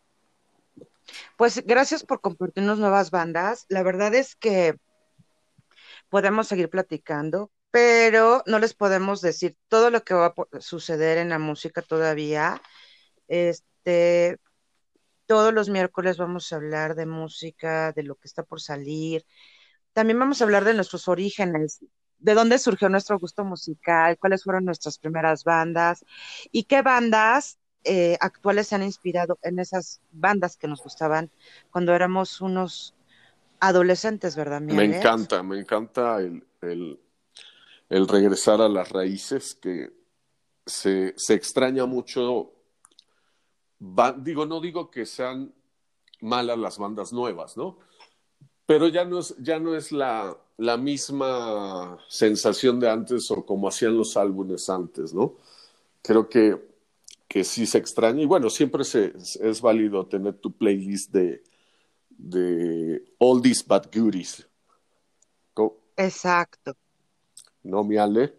Pues gracias por compartirnos nuevas bandas. La verdad es que podemos seguir platicando, pero no les podemos decir todo lo que va a po- suceder en la música todavía. Este, todos los miércoles vamos a hablar de música, de lo que está por salir. También vamos a hablar de nuestros orígenes, de dónde surgió nuestro gusto musical, cuáles fueron nuestras primeras bandas y qué bandas eh, actuales se han inspirado en esas bandas que nos gustaban cuando éramos unos adolescentes, ¿verdad, mi Me Alex? encanta, me encanta el, el, el regresar a las raíces, que se, se extraña mucho. Va, digo, no digo que sean malas las bandas nuevas, ¿no? Pero ya no es, ya no es la, la misma sensación de antes o como hacían los álbumes antes, ¿no? Creo que, que sí se extraña. Y bueno, siempre se, es válido tener tu playlist de, de oldies but goodies. Exacto. ¿No, mi Ale?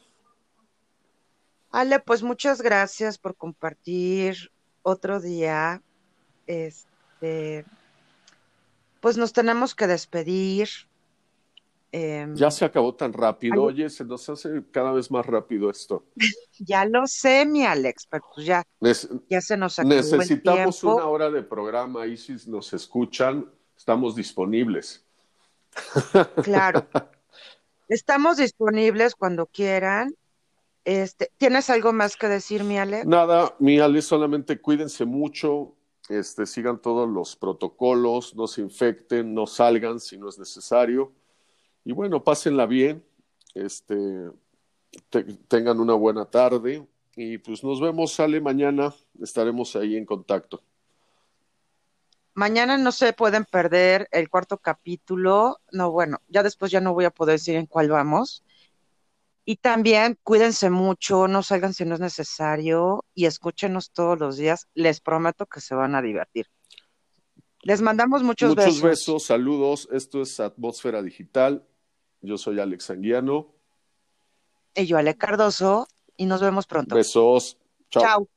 Ale, pues muchas gracias por compartir otro día. Este, pues nos tenemos que despedir. Ya Em, se acabó tan rápido. algo- Oye, se nos hace cada vez más rápido esto. ya lo sé, mi Alex, pero pues ya, Nece- ya se nos acabó el necesitamos tiempo. una hora de programa y si nos escuchan, estamos disponibles. Claro, estamos disponibles cuando quieran. Este, ¿tienes algo más que decir, mi Alex? Nada, mi Ale, solamente cuídense mucho, este, sigan todos los protocolos, no se infecten, no salgan si no es necesario. Y bueno, pásenla bien, este, te- tengan una buena tarde y pues nos vemos, sale mañana, estaremos ahí en contacto. Mañana no se pueden perder el cuarto capítulo. No, bueno, ya después ya no voy a poder decir en cuál vamos. Y también cuídense mucho, no salgan si no es necesario y escúchenos todos los días. Les prometo que se van a divertir. Les mandamos muchos Muchos besos. besos, saludos, esto es Atmósfera Digital, yo soy Alex Anguiano, Y yo, Ale Cardoso, y nos vemos pronto. besos, chao. Chao.